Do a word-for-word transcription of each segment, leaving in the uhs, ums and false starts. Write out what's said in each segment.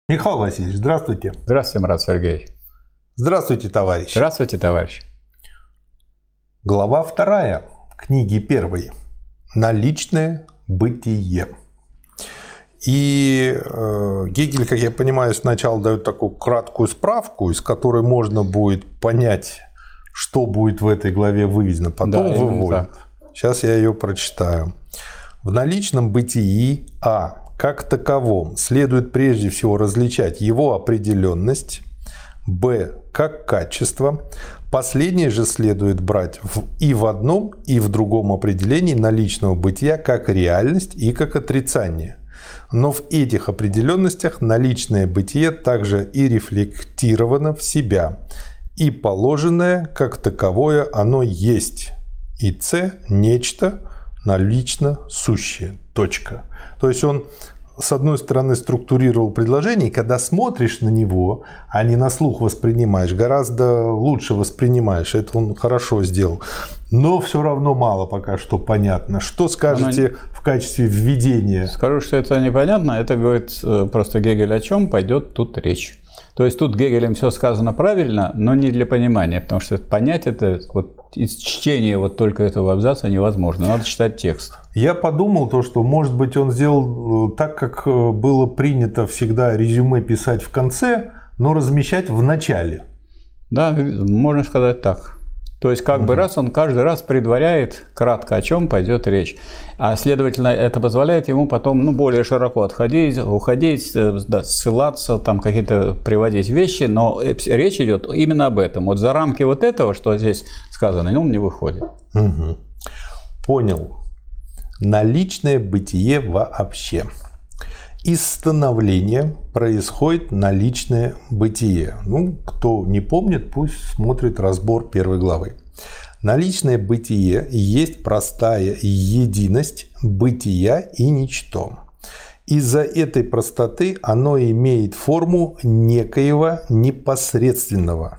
Михаил Васильевич, здравствуйте. Здравствуйте, Марат Сергеевич. Здравствуйте, товарищ. Здравствуйте, товарищ. Глава вторая книги первой. Наличное бытие. И э, Гегель, как я понимаю, сначала дает такую краткую справку, из которой можно будет понять, что будет в этой главе выведено. Потом да, выводит. Сейчас я ее прочитаю. В наличном бытии А как таковом следует прежде всего различать его определенность, Б как качество. Последнее же следует брать в, и в одном, и в другом определении наличного бытия как реальность и как отрицание. Но в этих определенностях наличное бытие также и рефлектировано в себя, и положенное как таковое оно есть, и С нечто налично сущее. Точка. То есть он, с одной стороны, структурировал предложение, и когда смотришь на него, а не на слух воспринимаешь, гораздо лучше воспринимаешь. Это он хорошо сделал. Но все равно мало пока что понятно. Что скажете Она... в качестве введения? Скажу, что это непонятно. Это говорит просто Гегель, о чем пойдет тут речь. То есть тут Гегелем все сказано правильно, но не для понимания, потому что понять это вот из чтения вот только этого абзаца невозможно. Надо читать текст. Я подумал то, что, может быть, он сделал так, как было принято всегда резюме писать в конце, но размещать в начале. Да, можно сказать так. То есть, как угу. бы раз он каждый раз предваряет кратко, о чем пойдет речь. А следовательно, это позволяет ему потом ну, более широко отходить, уходить, да, ссылаться, там какие-то приводить вещи, но речь идет именно об этом. Вот за рамки вот этого, что здесь сказано, он не выходит. Угу. Понял. Наличное бытие вообще. Из становления происходит наличное бытие. Ну, кто не помнит, пусть смотрит разбор первой главы. Наличное бытие есть простая единость бытия и ничто. Из-за этой простоты оно имеет форму некоего непосредственного.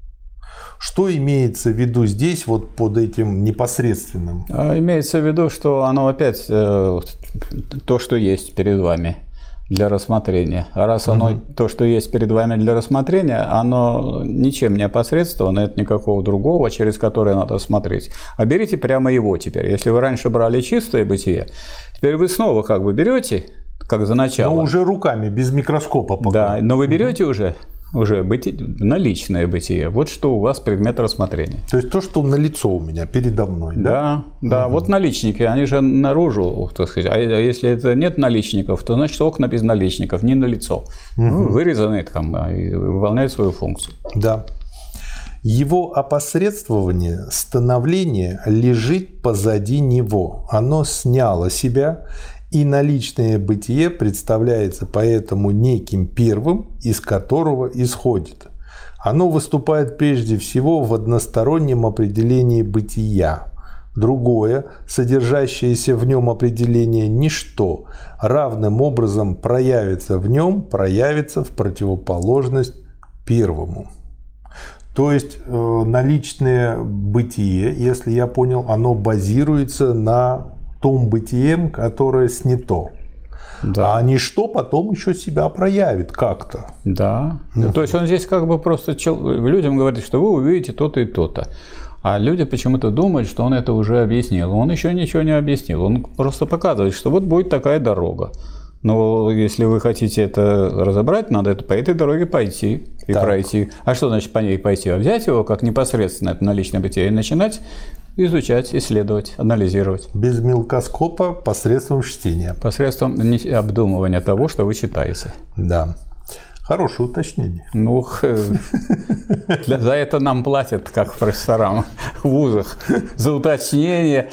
Что имеется в виду здесь вот под этим непосредственным? Имеется в виду, что оно опять э, то, что есть перед вами для рассмотрения. А раз оно угу. то, что есть перед вами для рассмотрения, оно ничем не опосредствовано, нет никакого другого, через которое надо смотреть. А берите прямо его теперь. Если вы раньше брали чистое бытие, теперь вы снова как бы берете, как за начало. Но уже руками, без микроскопа пока. Да, но вы берете угу. уже... Уже бытие, наличное бытие. Вот что у вас предмет рассмотрения. То есть то, что налицо у меня передо мной. Да, да. да. Угу. Вот наличники, они же наружу, так сказать. А если это нет наличников, то значит окна без наличников, не налицо. Угу. Ну, вырезаны там и выполняют свою функцию. Да. Его опосредствование, становление лежит позади него. Оно сняло себя. И наличное бытие представляется поэтому неким первым, из которого исходит. Оно выступает прежде всего в одностороннем определении бытия. Другое, содержащееся в нем определение «ничто», равным образом проявится в нем, проявится в противоположность первому. То есть наличное бытие, если я понял, оно базируется на том бытием, которое снято. Да. А ничто потом еще себя проявит как-то. Да. Угу. То есть он здесь как бы просто людям говорит, что вы увидите то-то и то-то. А люди почему-то думают, что он это уже объяснил. Он еще ничего не объяснил. Он просто показывает, что вот будет такая дорога. Но если вы хотите это разобрать, надо это по этой дороге пойти и так. пройти. А что значит по ней пойти? А взять его как непосредственно это наличное бытие и начинать изучать, исследовать, анализировать. Без микроскопа, посредством чтения. Посредством обдумывания того, что вы читаете. Да. Хорошее уточнение. Ну, за это нам платят, как профессорам в вузах, за уточнение.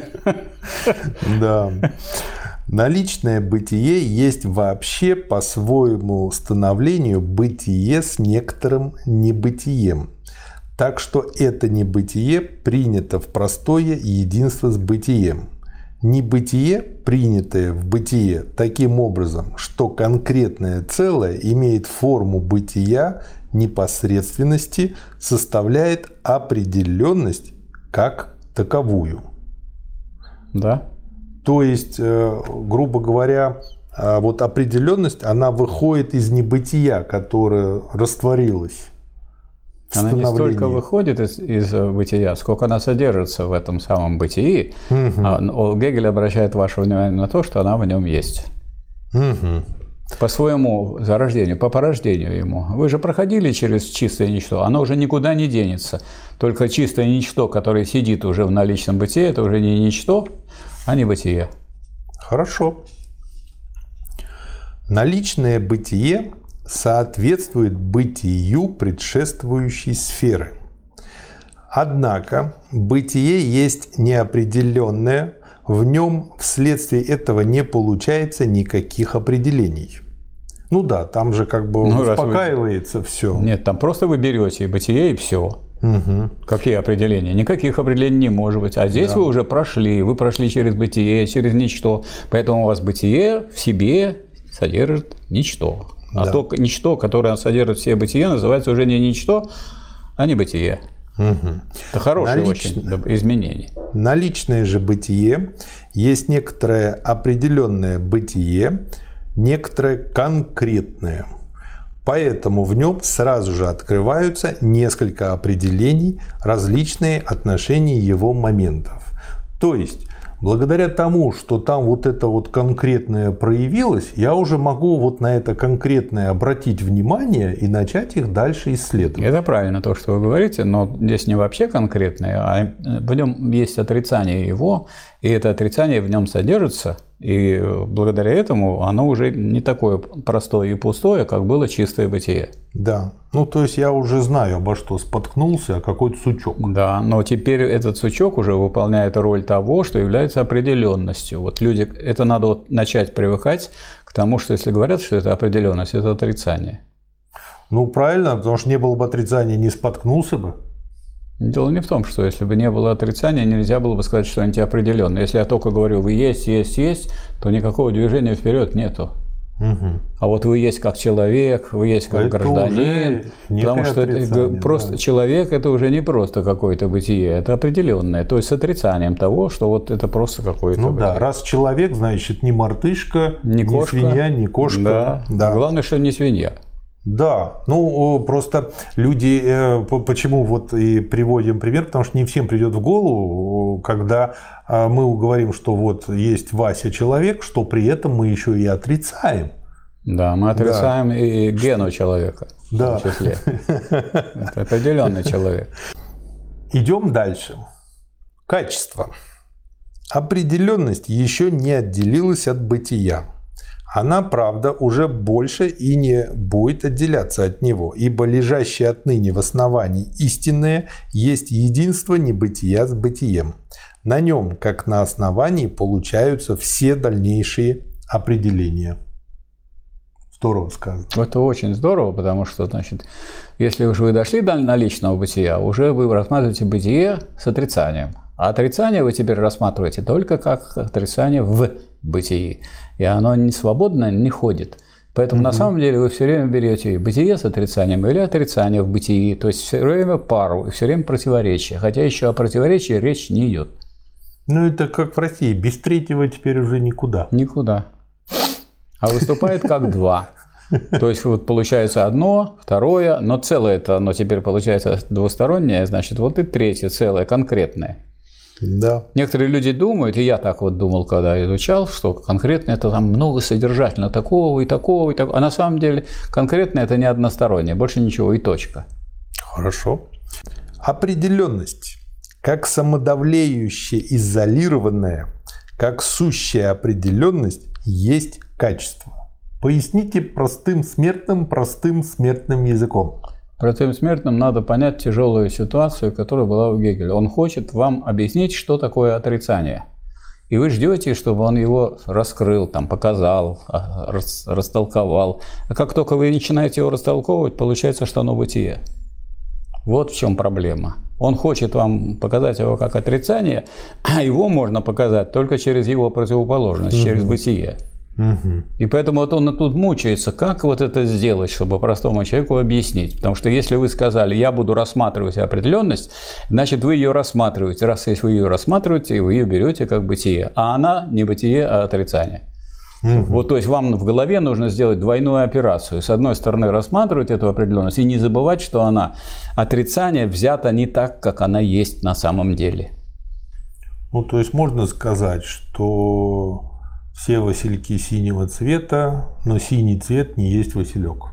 Да. Наличное бытие есть вообще по своему становлению бытие с некоторым небытием. Так что это небытие принято в простое единство с бытием. Небытие, принятое в бытие таким образом, что конкретное целое имеет форму бытия непосредственности, составляет определенность как таковую. Да. То есть, грубо говоря, а вот определенность, она выходит из небытия, которое растворилось. Она не столько выходит из, из бытия, сколько она содержится в этом самом бытии. Угу. А Гегель обращает ваше внимание на то, что она в нем есть. Угу. По своему зарождению, по порождению ему. Вы же проходили через чистое ничто, оно уже никуда не денется. Только чистое ничто, которое сидит уже в наличном бытии, это уже не ничто, а не бытие. Хорошо. Наличное бытие соответствует бытию предшествующей сферы. Однако бытие есть неопределенное, в нем вследствие этого не получается никаких определений. Ну да, там же как бы ну, успокаивается вы... все. Нет, там просто вы берете бытие и все. Угу. Какие определения? Никаких определений не может быть. А здесь да. вы уже прошли, вы прошли через бытие, через ничто. Поэтому у вас бытие в себе содержит ничто. А да. то ничто, которое содержит все бытие, называется уже не ничто, а не бытие. Угу. Это хорошее Наличное, очень изменение. Наличное же бытие есть некоторое определенное бытие, некоторое конкретное. Поэтому в нем сразу же открываются несколько определений, различные отношения его моментов. То есть, благодаря тому, что там вот это вот конкретное проявилось, я уже могу вот на это конкретное обратить внимание и начать их дальше исследовать. Это правильно то, что вы говорите, но здесь не вообще конкретное, а в нем есть отрицание его, и это отрицание в нем содержится, и благодаря этому оно уже не такое простое и пустое, как было чистое бытие. Да, ну то есть я уже знаю, обо что споткнулся, а какой-то сучок. Да, но теперь этот сучок уже выполняет роль того, что является определенностью. Вот люди, это надо вот начать привыкать к тому, что если говорят, что это определенность, это отрицание. Ну правильно, потому что не было бы отрицания, не споткнулся бы. Дело не в том, что если бы не было отрицания, нельзя было бы сказать, что антиопределенно. Если я только говорю «вы есть, есть, есть», то никакого движения вперед нету. Угу. А вот вы есть как человек, вы есть как это гражданин, потому что это, просто да. человек – это уже не просто какое-то бытие, это определенное, то есть с отрицанием того, что вот это просто какое-то ну бытие. Да, раз человек, значит, не мартышка, не, не кошка, свинья, не кошка. Да. Да. Главное, что не свинья. Да, ну просто люди, почему вот и приводим пример, потому что не всем придет в голову, когда мы говорим, что вот есть Вася человек, что при этом мы еще и отрицаем. Да, мы отрицаем да. и гену человека, да. в том числе. Это определенный человек. Идем дальше. Качество. Определенность еще не отделилась от бытия. Она, правда, уже больше и не будет отделяться от него, ибо лежащее отныне в основании истинное есть единство небытия с бытием. На нем, как на основании, получаются все дальнейшие определения. Здорово сказано. Это очень здорово, потому что, значит, если уж вы дошли до наличного бытия, уже вы рассматриваете бытие с отрицанием. А отрицание вы теперь рассматриваете только как отрицание в бытии. И оно не свободно не ходит. Поэтому угу. на самом деле вы все время берете бытие с отрицанием или отрицание в бытии. То есть все время пару и все время противоречие. Хотя еще о противоречии речь не идет. Ну это как в России. Без третьего теперь уже никуда. Никуда. А выступает как два. То есть вот получается одно, второе, но целое это оно теперь получается двустороннее, значит вот и третье целое, конкретное. Да. Некоторые люди думают, и я так вот думал, когда изучал, что конкретно это там много содержательно такого и такого, и такого. А на самом деле конкретно это не одностороннее, больше ничего, и точка. Хорошо. Определенность, как самодавлеющая, изолированная, как сущая определенность, есть качество. Поясните простым смертным, простым смертным языком. Простым смертным надо понять тяжелую ситуацию, которая была у Гегеля. Он хочет вам объяснить, что такое отрицание. И вы ждете, чтобы он его раскрыл, там, показал, рас, растолковал. А как только вы начинаете его растолковывать, получается, что оно бытие. Вот в чем проблема. Он хочет вам показать его как отрицание, а его можно показать только через его противоположность, mm-hmm. через бытие. Угу. И поэтому вот он тут мучается, как вот это сделать, чтобы простому человеку объяснить. Потому что если вы сказали, я буду рассматривать определенность, значит вы ее рассматриваете. Раз если вы ее рассматриваете, вы ее берете как бытие. А она не бытие, а отрицание. Угу. Вот, то есть вам в голове нужно сделать двойную операцию. С одной стороны, рассматривать эту определенность и не забывать, что она, отрицание взято не так, как она есть на самом деле. Ну, то есть можно сказать, что все васильки синего цвета, но синий цвет не есть василек.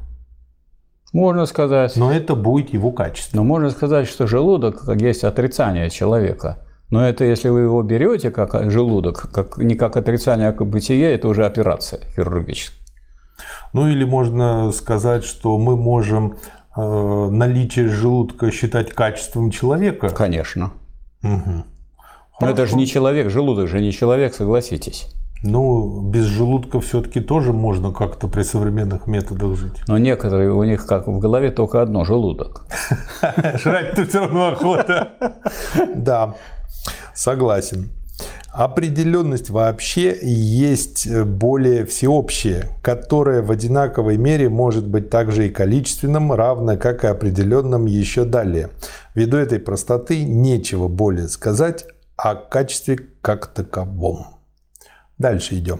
Можно сказать. Но это будет его качество. Но можно сказать, что желудок есть отрицание человека. Но это если вы его берете как желудок, как, не как отрицание, а как бытие, это уже операция хирургическая. Ну или можно сказать, что мы можем э, наличие желудка считать качеством человека. Конечно. Угу. Но это же не человек, желудок же не человек, согласитесь. Ну, без желудка все-таки тоже можно как-то при современных методах жить. Но некоторые, у них как в голове только одно – желудок. Жрать-то все равно охота. Да, согласен. Определенность вообще есть более всеобщая, которая в одинаковой мере может быть также и количественным, равно как и определенным еще далее. Ввиду этой простоты нечего более сказать о качестве как таковом. Дальше идем.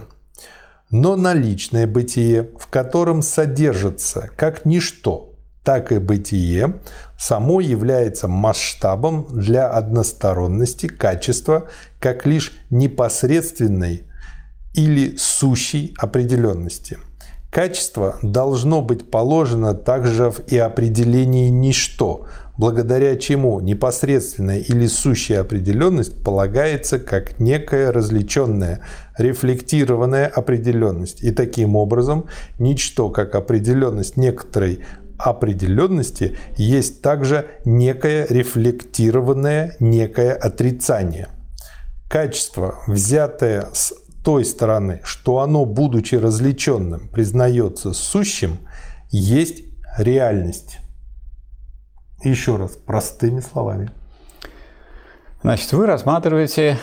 Но наличное бытие, в котором содержится как ничто, так и бытие, само является масштабом для односторонности качества как лишь непосредственной или сущей определенности. Качество должно быть положено также в и определении ничто, благодаря чему непосредственная или сущая определенность полагается как некая различенная, рефлектированная определенность. И таким образом ничто как определенность некоторой определенности есть также некое рефлектированное, некое отрицание. Качество, взятое с той стороны, что оно, будучи различенным, признается сущим, есть реальность. Еще раз, простыми словами. Значит, вы рассматриваете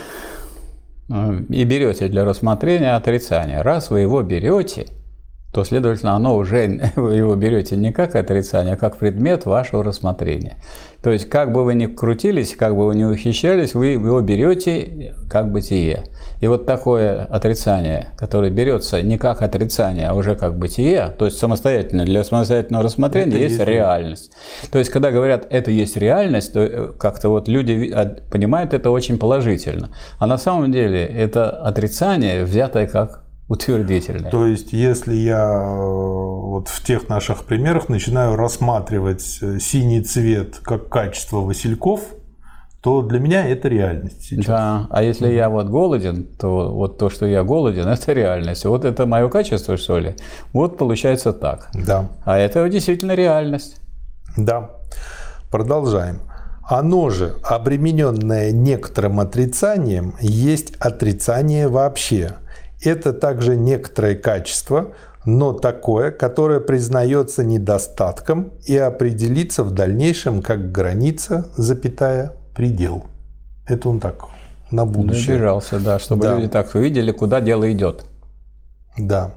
и берете для рассмотрения отрицание. Раз вы его берете, то, следовательно, оно уже, вы его берете не как отрицание, а как предмет вашего рассмотрения. То есть, как бы вы ни крутились, как бы вы ни ухищрялись, вы его берете как бытие. И вот такое отрицание, которое берется не как отрицание, а уже как бытие, то есть самостоятельно, для самостоятельного рассмотрения, это есть, есть реальность. То есть, когда говорят, это есть реальность, то как-то вот люди понимают это очень положительно. А на самом деле это отрицание, взятое как утвердительное. То есть, если я вот в тех наших примерах начинаю рассматривать синий цвет как качество васильков, то для меня это реальность сейчас. Да, а если mm-hmm. я вот голоден, то вот то, что я голоден, это реальность. Вот это мое качество, что ли? Вот получается так. Да. А это действительно реальность. Да. Продолжаем. Оно же, обремененное некоторым отрицанием, есть отрицание вообще. Это также некоторое качество, но такое, которое признается недостатком и определится в дальнейшем как граница, запятая, предел. Это он так, на будущее. Добежался, да, чтобы да. люди так увидели, куда дело идет. Да.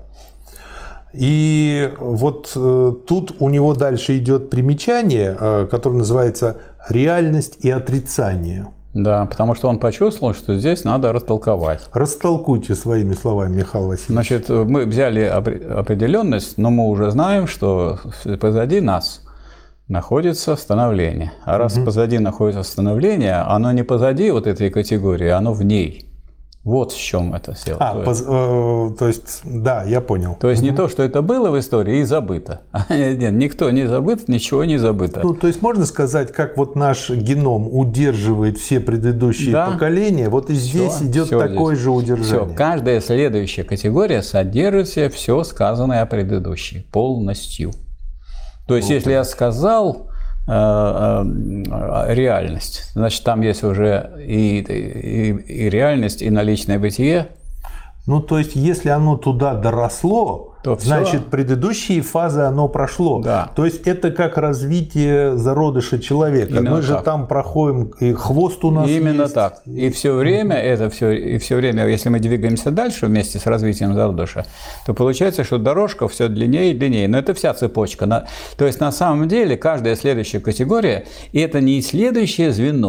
И вот э, тут у него дальше идет примечание, э, которое называется «реальность и отрицание». Да, потому что он почувствовал, что здесь надо растолковать. Растолкуйте своими словами, Михаил Васильевич. Значит, мы взяли определенность, но мы уже знаем, что позади нас находится становление. А раз угу. позади находится становление, оно не позади вот этой категории, оно в ней. Вот в чем это дело. А, поз, э, то есть, да, я понял. То есть угу. не то, что это было в истории и забыто. Нет, никто не забыт, ничего не забыто. Ну, то есть можно сказать, как вот наш геном удерживает все предыдущие да. поколения, вот и здесь все, идет все такое здесь. же удержание. Все. Каждая следующая категория содержит в себе все сказанное о предыдущей полностью. То есть, вот. если я сказал э, э, реальность, значит, там есть уже и, и, и реальность, и наличное бытие. Ну, то есть, если оно туда доросло, то значит, все. предыдущие фазы оно прошло. Да. То есть, это как развитие зародыша человека. Именно Мы же так. там проходим, и хвост у нас Именно есть. так. И все время, это все, и все время, если мы двигаемся дальше вместе с развитием зародыша, то получается, что дорожка все длиннее и длиннее. Но это вся цепочка. То есть, на самом деле, каждая следующая категория – это не следующее звено,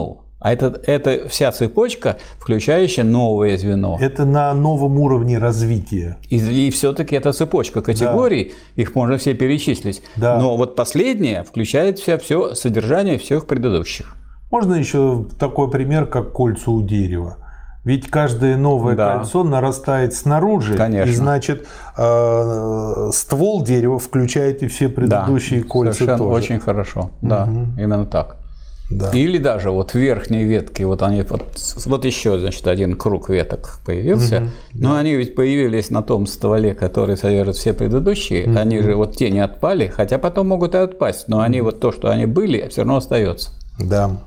А это, это вся цепочка, включающая новое звено. Это на новом уровне развития. И, и все-таки это цепочка категорий, да. Их можно все перечислить. Да. Но вот последняя включает в себя все содержание всех предыдущих. Можно еще такой пример, как кольцо у дерева. Ведь каждое новое да. кольцо нарастает снаружи, Конечно. И значит э, ствол дерева включает и все предыдущие да, кольца совершенно тоже. Очень хорошо, угу. Да, именно так. Да. Или даже вот верхние ветки, вот они вот, вот еще, значит, один круг веток появился, угу. Но да. Они ведь появились на том стволе, который содержит все предыдущие, угу. Они же вот те не отпали, хотя потом могут и отпасть, но угу. Они вот то, что они были, все равно остается. Да.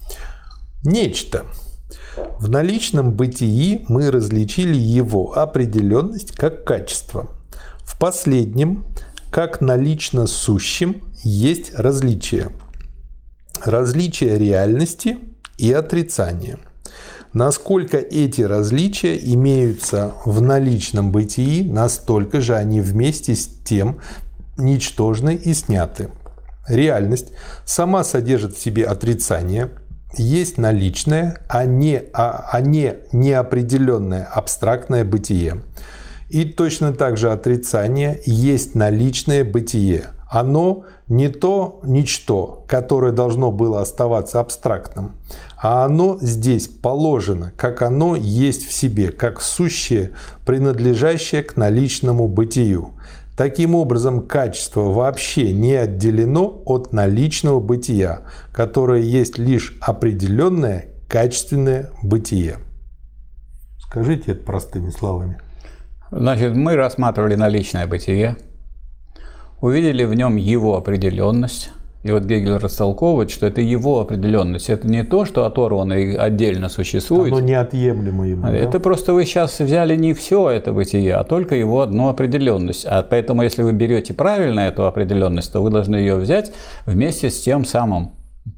Нечто. В наличном бытии мы различили его определенность как качество. В последнем, как налично сущем, есть различие. Различие реальности и отрицания. Насколько эти различия имеются в наличном бытии, настолько же они вместе с тем ничтожны и сняты. Реальность сама содержит в себе отрицание, есть наличное, а не, а, а не неопределенное абстрактное бытие. И точно так же отрицание есть наличное бытие. Оно не то ничто, которое должно было оставаться абстрактным, а оно здесь положено, как оно есть в себе, как сущее, принадлежащее к наличному бытию. Таким образом, качество вообще не отделено от наличного бытия, которое есть лишь определенное качественное бытие. Скажите это простыми словами. Значит, мы рассматривали наличное бытие, увидели в нем его определенность. И вот Гегель растолковывает, что это его определенность. Это не то, что оторвано и отдельно существует. Оно неотъемлемо ему. Это да? Просто вы сейчас взяли не все это бытие, а только его одну определенность. А поэтому, если вы берете правильно эту определенность, то вы должны ее взять вместе с тем самым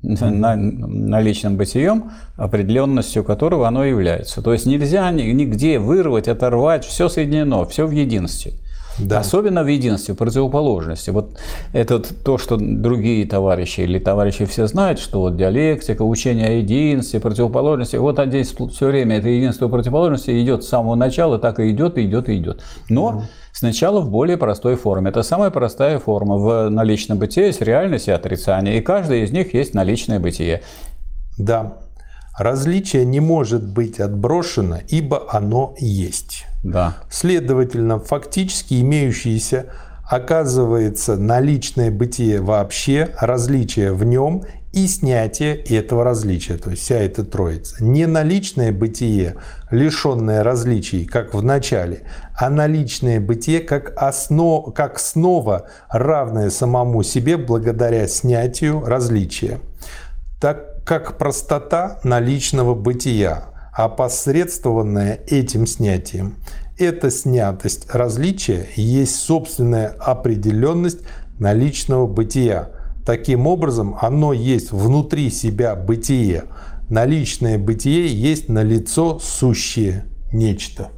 наличным бытием, определенностью которого оно является. То есть нельзя нигде вырвать, оторвать, все соединено, все в единстве. Да. Особенно в единстве, противоположности. Вот это то, что другие товарищи или товарищи все знают, что вот диалектика, учение о единстве, противоположности, вот здесь все время это единство и противоположности идет с самого начала, так и идет, и идет, и идет. Но mm. сначала в более простой форме. Это самая простая форма. В наличном бытие есть реальность и отрицание, и каждое из них есть наличное бытие. Да. Различие не может быть отброшено, ибо оно есть. Да. Следовательно, фактически имеющееся оказывается наличное бытие вообще, различие в нем и снятие этого различия, то есть вся эта троица. Не наличное бытие, лишенное различий, как в начале, а наличное бытие как, основ, как снова равное самому себе благодаря снятию различия. Так как простота наличного бытия, опосредствованная этим снятием. Эта снятость различия есть собственная определенность наличного бытия. Таким образом, оно есть внутри себя бытие. Наличное бытие есть налицо сущее нечто.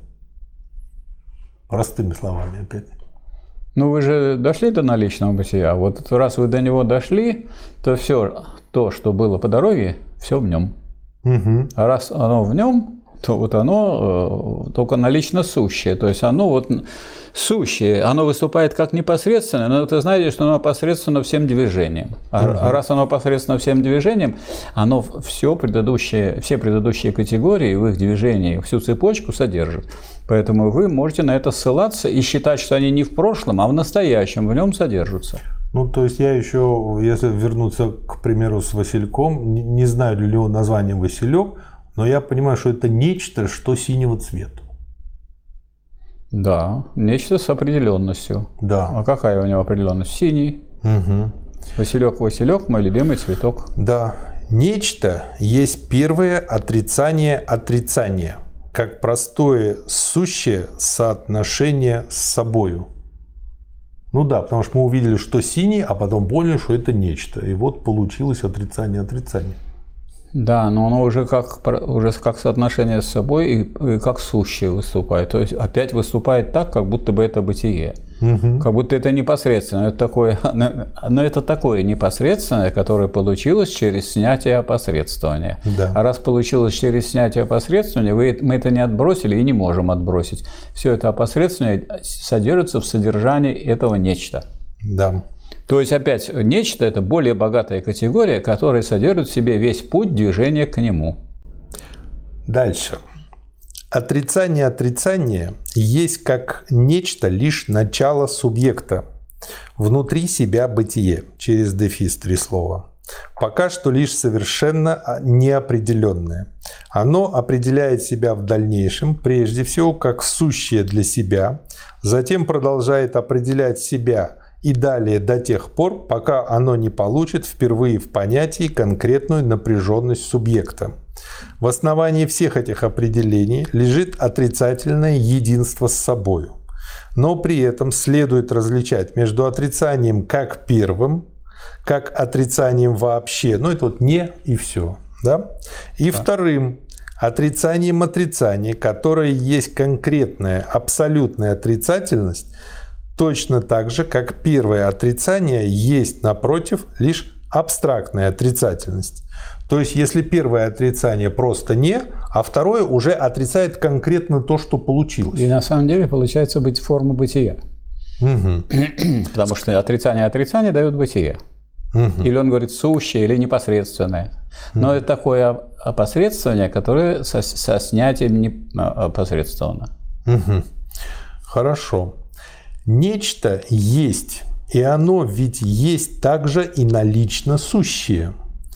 Простыми словами опять. Ну, вы же дошли до наличного бытия. Вот раз вы до него дошли, то все то, что было по дороге, все в нем. Угу. А раз оно в нем, то вот оно э, только налично сущее. То есть оно вот сущее, оно выступает как непосредственно, но вы знаете, что оно посредственно всем движением. А, угу. а раз оно посредственно всем движением, оно все предыдущие, все предыдущие категории в их движении, всю цепочку содержит. Поэтому вы можете на это ссылаться и считать, что они не в прошлом, а в настоящем, в нем содержатся. Ну, то есть я еще, если вернуться, к примеру, с Васильком, не, не знаю ли его название Василек, но я понимаю, что это нечто, что синего цвета. Да, нечто с определенностью. Да. А какая у него определенность? Синий. Угу. Василек, Василек, мой любимый цветок. Да. Нечто есть первое отрицание отрицания, как простое сущее соотношение с собою. Ну да, потому что мы увидели, что синий, а потом поняли, что это нечто. И вот получилось отрицание отрицания. Да, но оно уже как, уже как соотношение с собой и, и как сущее выступает. То есть опять выступает так, как будто бы это бытие. Угу. Как будто это непосредственно. Это такое, но это такое непосредственное, которое получилось через снятие опосредствования. Да. А раз получилось через снятие опосредствования, вы, мы это не отбросили и не можем отбросить. Все это опосредствование содержится в содержании этого нечто. Да. То есть, опять, нечто – это более богатая категория, которая содержит в себе весь путь движения к нему. Дальше. Отрицание отрицания есть как нечто лишь начало субъекта, внутри себя бытие, через дефис три слова. Пока что лишь совершенно неопределенное. Оно определяет себя в дальнейшем, прежде всего, как сущее для себя, затем продолжает определять себя и далее до тех пор, пока оно не получит впервые в понятии конкретную напряженность субъекта. В основании всех этих определений лежит отрицательное единство с собою. Но при этом следует различать между отрицанием как первым, как отрицанием вообще, ну это вот не и все, да? И да. Вторым, отрицанием отрицания, которое есть конкретная абсолютная отрицательность, точно так же, как первое отрицание есть, напротив, лишь абстрактная отрицательность. То есть, если первое отрицание просто не, а второе уже отрицает конкретно то, что получилось. И на самом деле получается быть форма бытия. Угу. Потому что отрицание отрицания дает бытие. Угу. Или он говорит сущее, или непосредственное. Но угу. это такое опосредствование, которое со, со снятием непосредственно. Угу. Хорошо. Нечто есть, и оно ведь есть также и налично сущее.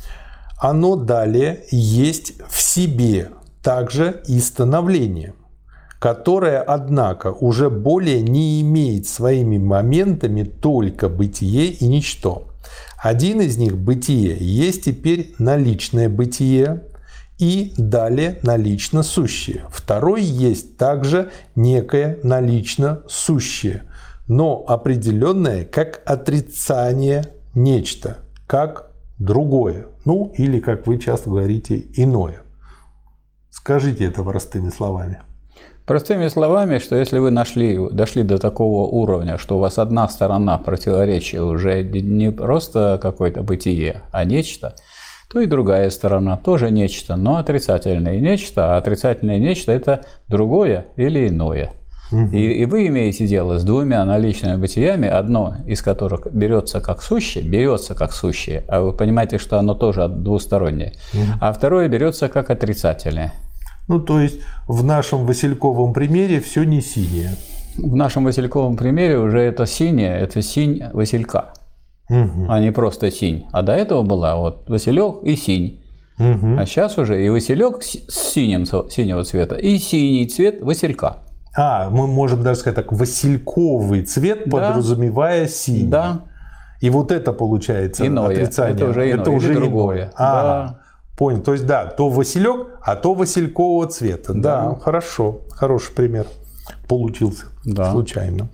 Оно далее есть в себе также и становление, которое, однако, уже более не имеет своими моментами только бытие и ничто. Один из них, бытие, есть теперь наличное бытие и далее налично сущее. Второй есть также некое налично сущее, но определенное как отрицание нечто, как другое, ну или, как вы часто говорите, иное. Скажите это простыми словами. Простыми словами, что если вы нашли, дошли до такого уровня, что у вас одна сторона противоречия уже не просто какое-то бытие, а нечто, то и другая сторона тоже нечто, но отрицательное нечто, а отрицательное нечто – это другое или иное. Угу. И, и вы имеете дело с двумя наличными бытиями, одно из которых берется как сущее, берется как сущее, а вы понимаете, что оно тоже двустороннее, угу. а второе берется как отрицательное. Ну, то есть в нашем васильковом примере все не синее. В нашем васильковом примере уже это синее, это синь василька, угу. а не просто синь. А до этого была вот василек и синь. Угу. А сейчас уже и василек с синим, синего цвета, и синий цвет василька. А, мы можем даже сказать так, васильковый цвет, да. подразумевая синий. Да. И вот это получается иное. Отрицание. Это уже иное, это уже другое. Иное. А, да. Понял. То есть, да, то василек, а то василькового цвета. Да, да хорошо. Хороший пример получился да. случайно.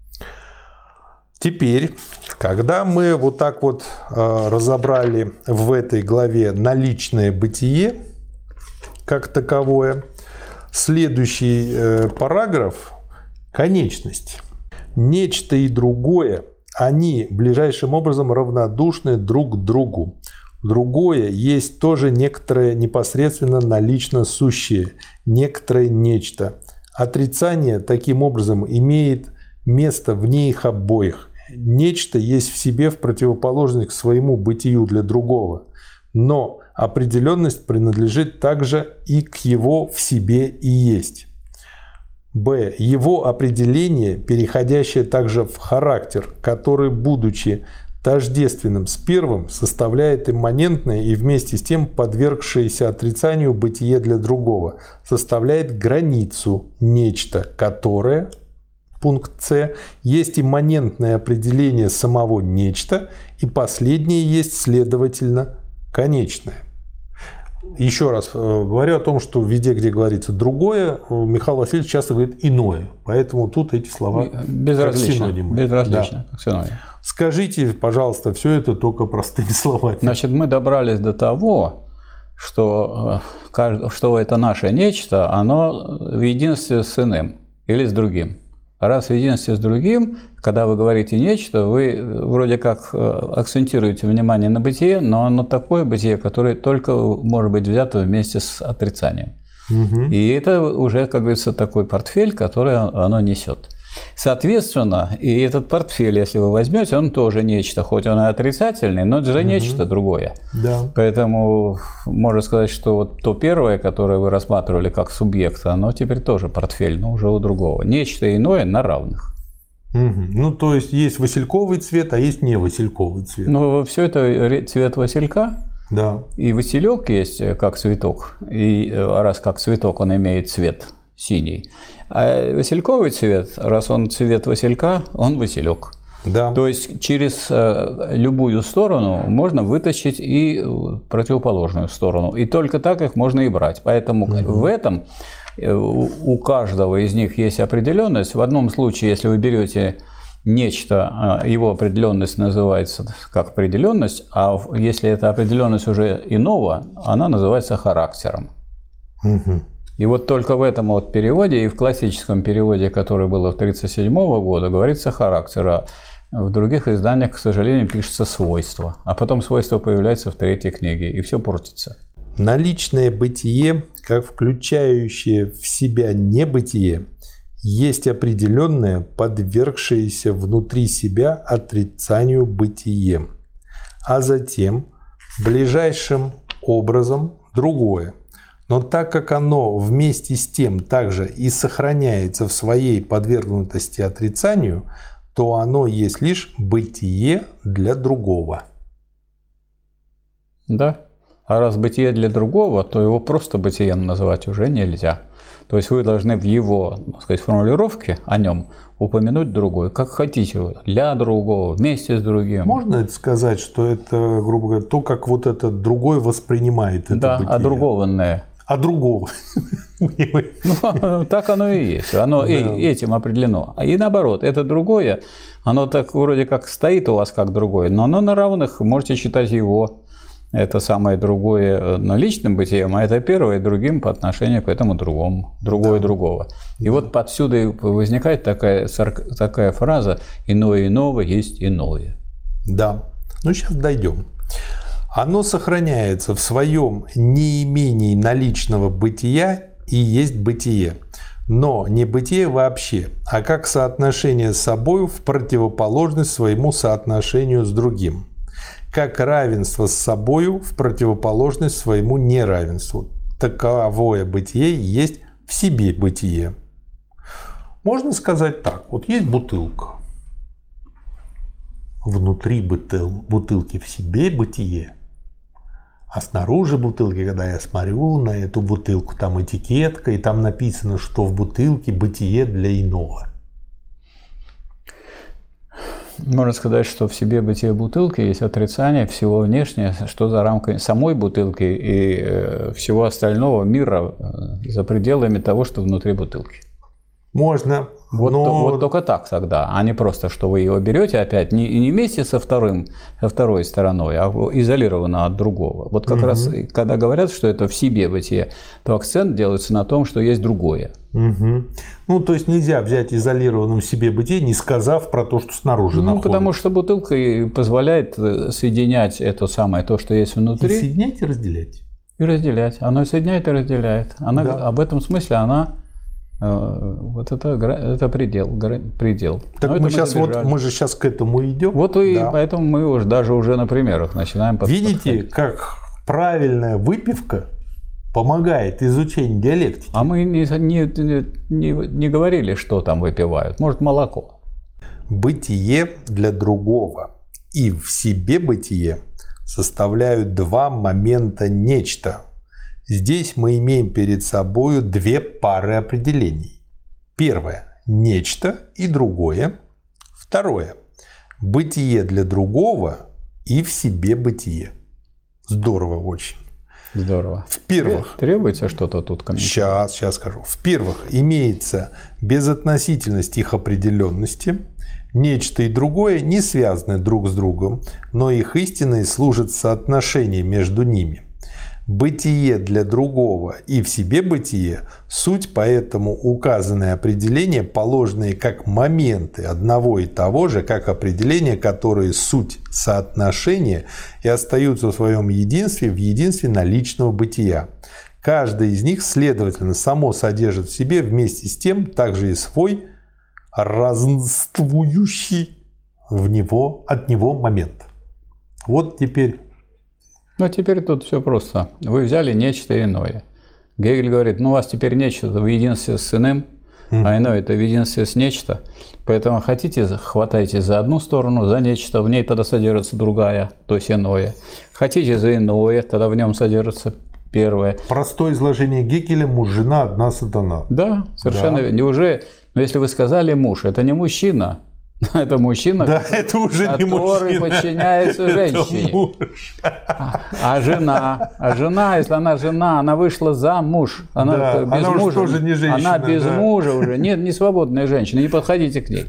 Теперь, когда мы вот так вот э, разобрали в этой главе наличное бытие как таковое, следующий э, параграф – конечность. Нечто и другое, они ближайшим образом равнодушны друг к другу. Другое есть тоже некоторое непосредственно налично сущее, некоторое нечто. Отрицание таким образом имеет место вне их обоих. Нечто есть в себе в противоположность к своему бытию для другого, но определенность принадлежит также и к его в себе и есть. Б. Его определение, переходящее также в характер, который, будучи тождественным с первым, составляет имманентное и вместе с тем подвергшееся отрицанию бытие для другого, составляет границу нечто, которое, пункт С, есть имманентное определение самого нечто, и последнее есть, следовательно, конечное. Еще раз говорю о том, что везде, где говорится другое, Михаил Васильевич часто говорит иное. Поэтому тут эти слова безразлично. Безразлично, как синоним. Скажите, пожалуйста, все это только простыми словами. Значит, мы добрались до того, что, что это наше нечто, оно в единстве с иным или с другим. Раз в единстве с другим, когда вы говорите нечто, вы вроде как акцентируете внимание на бытие, но оно такое бытие, которое только может быть взято вместе с отрицанием. Угу. И это уже, как говорится, такой портфель, который оно несет. Соответственно, и этот портфель, если вы возьмете, он тоже нечто, хоть он и отрицательный, но это же угу. нечто другое. Да. Поэтому можно сказать, что вот то первое, которое вы рассматривали как субъект, оно теперь тоже портфель, но уже у другого. Нечто иное на равных. Угу. Ну, то есть есть васильковый цвет, а есть не васильковый цвет. Ну, все это цвет василька. Да. И василек есть как цветок, и раз как цветок он имеет цвет синий. А васильковый цвет, раз он цвет василька, он василек. Да. То есть через любую сторону можно вытащить и противоположную сторону. И только так их можно и брать. Поэтому угу. в этом у каждого из них есть определенность. В одном случае, если вы берете нечто, его определенность называется как определенность, а если эта определенность уже иного, она называется характером. Угу. И вот только в этом вот переводе и в классическом переводе, который был в тридцать седьмого года, говорится характер, а в других изданиях, к сожалению, пишется свойство. А потом свойство появляется в третьей книге, и все портится. Наличное бытие, как включающее в себя небытие, есть определенное, подвергшееся внутри себя отрицанию бытие, а затем ближайшим образом другое. Но так как оно вместе с тем также и сохраняется в своей подвергнутости отрицанию, то оно есть лишь бытие для другого. Да. А раз бытие для другого, то его просто бытием называть уже нельзя. То есть вы должны в его, так сказать, формулировке о нем упомянуть другое, как хотите вы, для другого, вместе с другим. Можно это сказать, что это, грубо говоря, то, как вот этот другой воспринимает это да, бытие? Да, одругованное. А другого. Ну, так оно и есть. Оно да. этим определено. И наоборот, это другое, оно так вроде как стоит у вас как другое, но оно на равных, можете считать его, это самое другое наличным бытием, а это первое другим по отношению к этому другому, другое да. другого. И да. вот отсюда возникает такая, такая фраза «иное иного есть иное». Да. Ну, сейчас дойдем. Оно сохраняется в своем неимении наличного бытия и есть бытие. Но не бытие вообще, а как соотношение с собой в противоположность своему соотношению с другим. Как равенство с собою в противоположность своему неравенству. Таковое бытие есть в себе бытие. Можно сказать так. Вот есть бутылка. Внутри бутыл, бутылки в себе бытие. А снаружи бутылки, когда я смотрю на эту бутылку, там этикетка, и там написано, что в бутылке бытие для иного. Можно сказать, что в себе бытие бутылки есть отрицание всего внешнего, что за рамками самой бутылки и всего остального мира, за пределами того, что внутри бутылки. Можно. Вот, но... то, вот только так тогда, а не просто, что вы его берете опять не, не вместе со, вторым, со второй стороной, а изолированно от другого. Вот как угу. раз, когда говорят, что это в себе бытие, то акцент делается на том, что есть другое. Угу. Ну, то есть нельзя взять изолированным в себе бытие, не сказав про то, что снаружи ну, находится. Потому что бутылка позволяет соединять это самое, то, что есть внутри. И соединять и разделять. И разделять. Оно соединяет и разделяет. Она, да. Об этом смысле она... Вот это, это предел, предел. Так мы, сейчас вот, мы же сейчас к этому идем. Вот и да. поэтому мы уже даже уже на примерах начинаем подходить. Видите, как правильная выпивка помогает изучению диалектики. А мы не, не, не, не говорили, что там выпивают. Может, молоко. Бытие для другого и в себе бытие составляют два момента нечто. Здесь мы имеем перед собой две пары определений. Первое – нечто и другое. Второе – бытие для другого и в себе бытие. Здорово очень. Здорово. В-первых, требуется что-то тут комментировать? Сейчас, сейчас скажу. В-первых, имеется безотносительность их определенности. Нечто и другое не связаны друг с другом, но их истиной служит соотношение между ними. Бытие для другого и в себе бытие – суть, поэтому указанные определения, положенные как моменты одного и того же, как определения, которые суть соотношения и остаются в своем единстве, в единстве наличного бытия. Каждый из них, следовательно, само содержит в себе вместе с тем также и свой разнствующий в него, от него момент. Вот теперь... Ну, теперь тут все просто. Вы взяли нечто иное. Гегель говорит, ну, у вас теперь нечто в единстве с иным, mm-hmm. а иное – это в единстве с нечто. Поэтому хотите, хватайте за одну сторону, за нечто, в ней тогда содержится другая, то есть иное. Хотите за иное, тогда в нем содержится первое. Простое изложение Гегеля – муж, жена, одна сатана. Да, совершенно. Да. Неужели, но если вы сказали муж, это не мужчина. Это мужчина, да, это уже который не мужчина. подчиняется женщине. А, а жена, а жена, если она жена, она вышла замуж, она да, без она мужа, тоже не женщина, она без да. мужа уже, нет, не свободная женщина, не подходите к ней.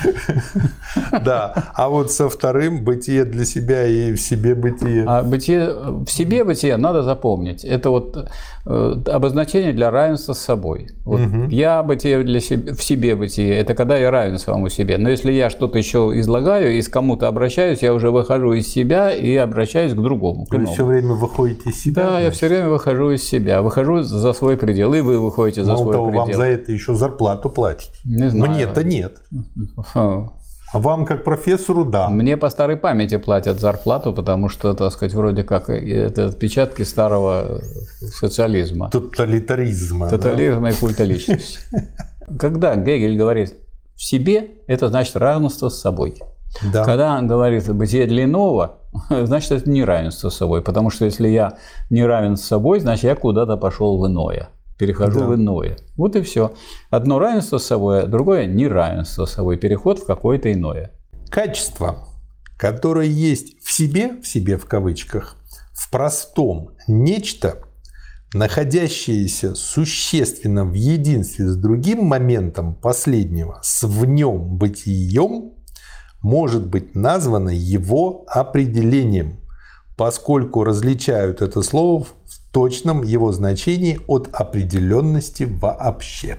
Да, а вот со вторым бытие для себя и в себе бытие. А бытие, в себе бытие надо запомнить. Это вот э, обозначение для равенства с собой. Вот угу. Я бытие для себя, в себе бытие, это когда я равен самому себе. Но если я что-то еще излагаю и с кому-то обращаюсь, я уже выхожу из себя и обращаюсь к другому. Вы все время выходите из себя? Да, значит? Я все время выхожу из себя, выхожу за свой предел, и вы выходите за Мало свой того, предел. Вам за это еще зарплату платят. Не знаю. Мне-то нет. А вам, как профессору, да. Мне по старой памяти платят зарплату, потому что, так сказать, вроде как это отпечатки старого социализма. Тоталитаризма. Тотализма, да? И культа личности. Когда Гегель говорит «в себе», это значит равенство с собой. Да. Когда он говорит «бытие для иного», значит, это не равенство с собой. Потому что если я не равен с собой, значит, я куда-то пошел в иное. Перехожу да. в иное. Вот и все. Одно равенство с собой, а другое неравенство с собой. Переход в какое-то иное. Качество, которое есть в себе, в себе в кавычках, в простом нечто, находящееся существенно в единстве с другим моментом последнего, с в нем бытием, может быть названо его определением, поскольку различают это слово в точном его значении от определенности вообще.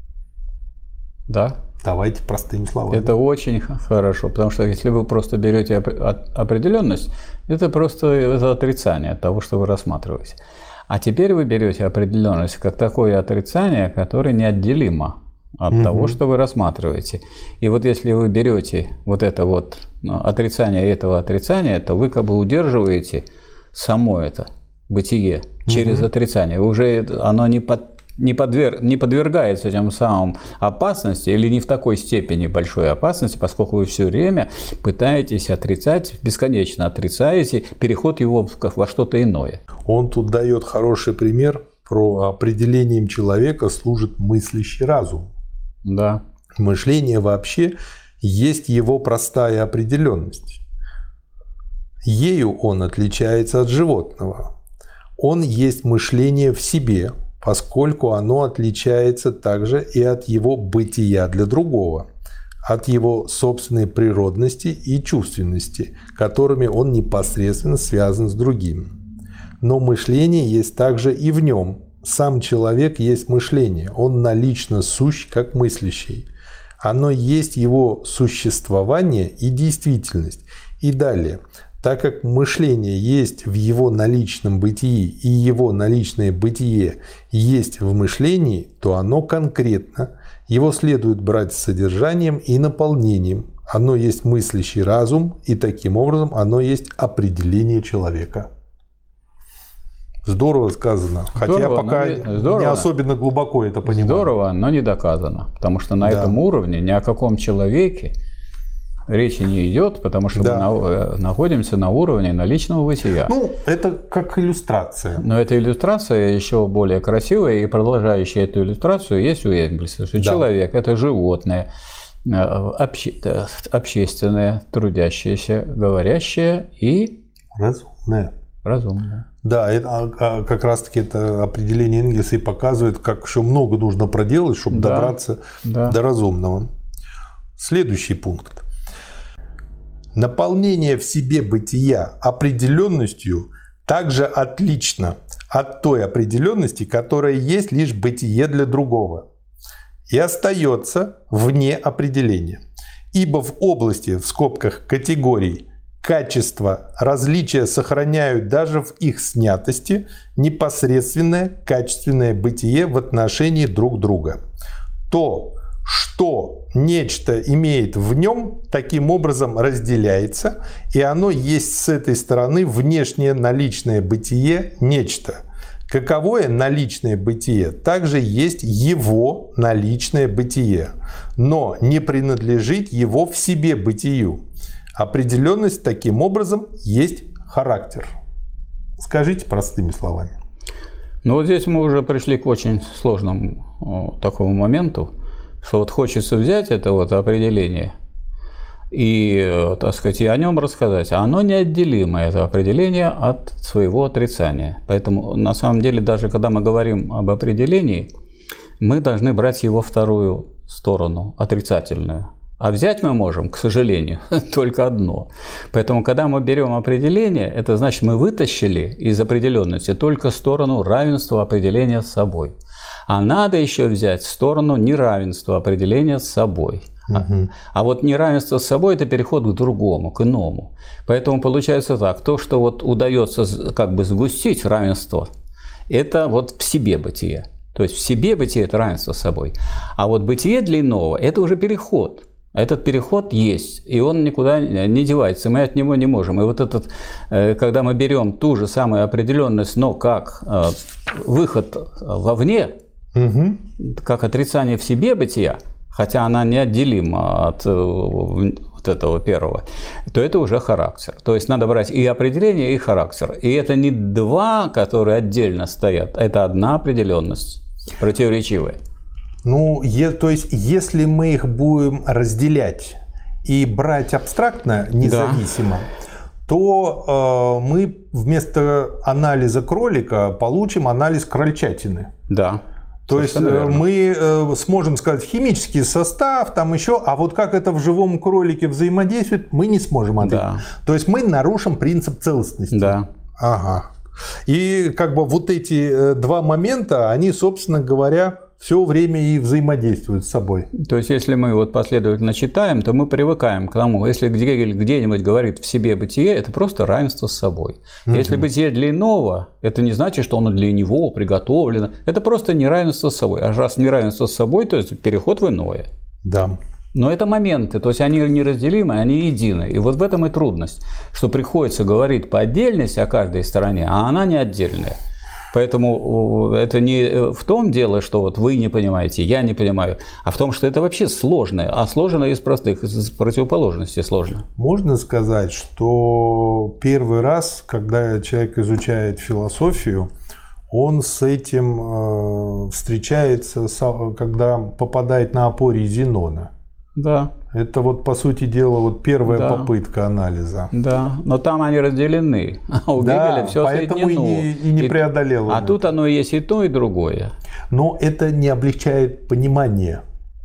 Да. Давайте простыми словами. Это очень хорошо, потому что если вы просто берете определенность, это просто это отрицание того, что вы рассматриваете. А теперь вы берете определенность как такое отрицание, которое неотделимо от угу. того, что вы рассматриваете. И вот если вы берете вот это вот отрицание этого отрицания, то вы как бы удерживаете само это бытие через угу. отрицание. Уже оно не, под, не, подверг, не подвергается тем самым опасности или не в такой степени большой опасности, поскольку вы все время пытаетесь отрицать, бесконечно отрицаете переход его во что-то иное. Он тут дает хороший пример. Про определением человека служит мыслящий разум. Да. Мышление вообще есть его простая определенность. Ею он отличается от животного. Он есть мышление в себе, поскольку оно отличается также и от его бытия для другого, от его собственной природности и чувственности, которыми он непосредственно связан с другим. Но мышление есть также и в нем. Сам человек есть мышление, он налично сущ как мыслящий. Оно есть его существование и действительность. И далее. Так как мышление есть в его наличном бытии и его наличное бытие есть в мышлении, то оно конкретно. Его следует брать с содержанием и наполнением. Оно есть мыслящий разум, и таким образом оно есть определение человека. Здорово сказано. Хотя здорово, я пока не, здорово, не особенно глубоко это понимаю. Здорово, но не доказано. Потому что на да. этом уровне ни о каком человеке речи не идет, потому что да. мы на, находимся на уровне наличного бытия. Ну, это как иллюстрация. Но эта иллюстрация еще более красивая, и продолжающая эту иллюстрацию есть у Энгельса, что да. человек – это животное, обще, общественное, трудящееся, говорящее и… Разумное. Разумное. Да, это, как раз-таки это определение Энгельса и показывает, как еще много нужно проделать, чтобы да. добраться да. до разумного. Следующий пункт. Наполнение в себе бытия определенностью также отлично от той определенности, которая есть лишь бытие для другого, и остается вне определения. Ибо в области, в скобках, категорий, качества, различия сохраняют даже в их снятости непосредственное качественное бытие в отношении друг друга. То, что нечто имеет в нем, таким образом разделяется, и оно есть с этой стороны внешнее наличное бытие нечто. Каковое наличное бытие также есть его наличное бытие, но не принадлежит его в себе бытию. Определенность таким образом есть характер. Скажите простыми словами. Ну вот здесь мы уже пришли к очень сложному о, такому моменту, что вот хочется взять это вот определение и, так сказать, и о нем рассказать. А оно неотделимо, это определение, от своего отрицания. Поэтому, на самом деле, даже когда мы говорим об определении, мы должны брать его вторую сторону, отрицательную. А взять мы можем, к сожалению, только одно. Поэтому, когда мы берем определение, это значит, мы вытащили из определенности только сторону равенства определения с собой. А надо еще взять сторону неравенства определения с собой. Угу. А вот неравенство с собой – это переход к другому, к иному. Поэтому получается так, то, что вот удается как бы сгустить равенство, это вот в себе бытие. То есть в себе бытие – это равенство с собой. А вот бытие для иного – это уже переход. Этот переход есть, и он никуда не девается, мы от него не можем. И вот этот, когда мы берем ту же самую определенность, но как выход вовне, угу. как отрицание в себе бытия, хотя она неотделима от вот этого первого, то это уже характер. То есть надо брать и определение, и характер. И это не два, которые отдельно стоят, это одна определенность, противоречивая. Ну, е, то есть, если мы их будем разделять и брать абстрактно, независимо, да. то э, мы вместо анализа кролика получим анализ крольчатины. Да. То есть верно. Мы э, сможем сказать химический состав, там еще, а вот как это в живом кролике взаимодействует, мы не сможем ответить. Да. То есть мы нарушим принцип целостности. Да. Ага. И как бы вот эти э, два момента, они, собственно говоря, все время и взаимодействуют с собой. То есть, если мы вот последовательно читаем, то мы привыкаем к тому, если Гегель где-нибудь говорит в себе бытие, это просто равенство с собой. Угу. Если бытие для иного, это не значит, что оно для него приготовлено. Это просто неравенство с собой. А раз неравенство с собой, то есть переход в иное. Да. Но это моменты, то есть они неразделимы, они едины. И вот в этом и трудность, что приходится говорить по отдельности о каждой стороне, а она не отдельная. Поэтому это не в том дело, что вот вы не понимаете, я не понимаю, а в том, что это вообще сложное, а сложное из простых, из противоположностей сложно. Можно сказать, что первый раз, когда человек изучает философию, он с этим встречается, когда попадает на опоре Зенона. Да. Это вот, по сути дела, вот первая да. попытка анализа. Да, но там они разделены, а у да, Гегеля все поэтому соединено. И не, и не преодолело. А тут оно есть и то, и другое. Но это не облегчает понимание.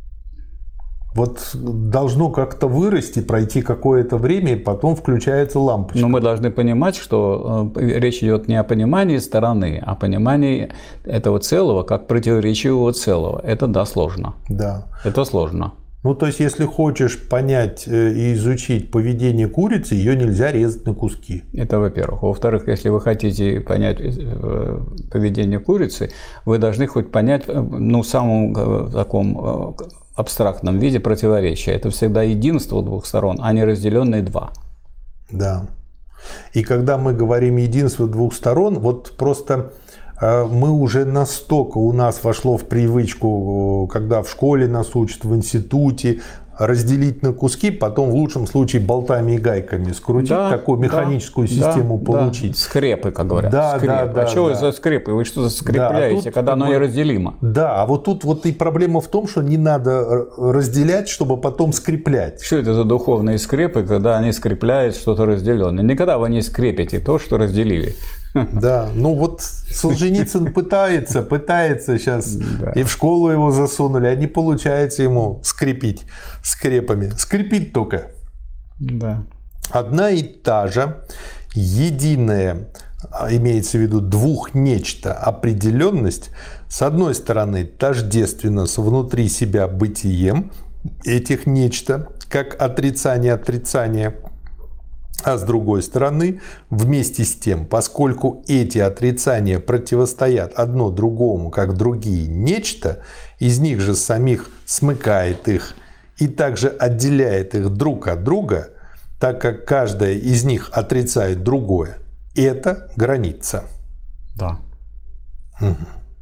Вот должно как-то вырасти, пройти какое-то время, и потом включается лампочка. Но мы должны понимать, что речь идет не о понимании стороны, а о понимании этого целого как противоречивого целого. Это да, сложно. Да. Это сложно. Ну, то есть, если хочешь понять и изучить поведение курицы, ее нельзя резать на куски. Это во-первых. Во-вторых, если вы хотите понять поведение курицы, вы должны хоть понять, ну, в самом таком абстрактном виде противоречия. Это всегда единство двух сторон, а не разделенные два. Да. И когда мы говорим единство двух сторон, вот просто... мы уже настолько у нас вошло в привычку, когда в школе нас учат, в институте, разделить на куски, потом в лучшем случае болтами и гайками скрутить, да, такую механическую да, систему да, получить. Да. Скрепы, как говорят. Да, да, да, а что да. вы за скрепы? Вы что скрепляете, да, а тут, когда оно неразделимо? Да, а вот тут вот и проблема в том, что не надо разделять, чтобы потом скреплять. Что это за духовные скрепы, когда они скрепляют что-то разделенное? Никогда вы не скрепите то, что разделили. Да, ну вот Солженицын пытается, пытается сейчас, да. И в школу его засунули, а не получается ему скрепить скрепами. Скрепить только. Да. Одна и та же единая имеется в виду двух нечто, определенность, с одной стороны, тождественна с внутри себя бытием этих нечто, как отрицание отрицания, а с другой стороны, вместе с тем, поскольку эти отрицания противостоят одно другому, как другие нечто, из них же самих смыкает их и также отделяет их друг от друга, так как каждая из них отрицает другое, это граница. Да. Угу.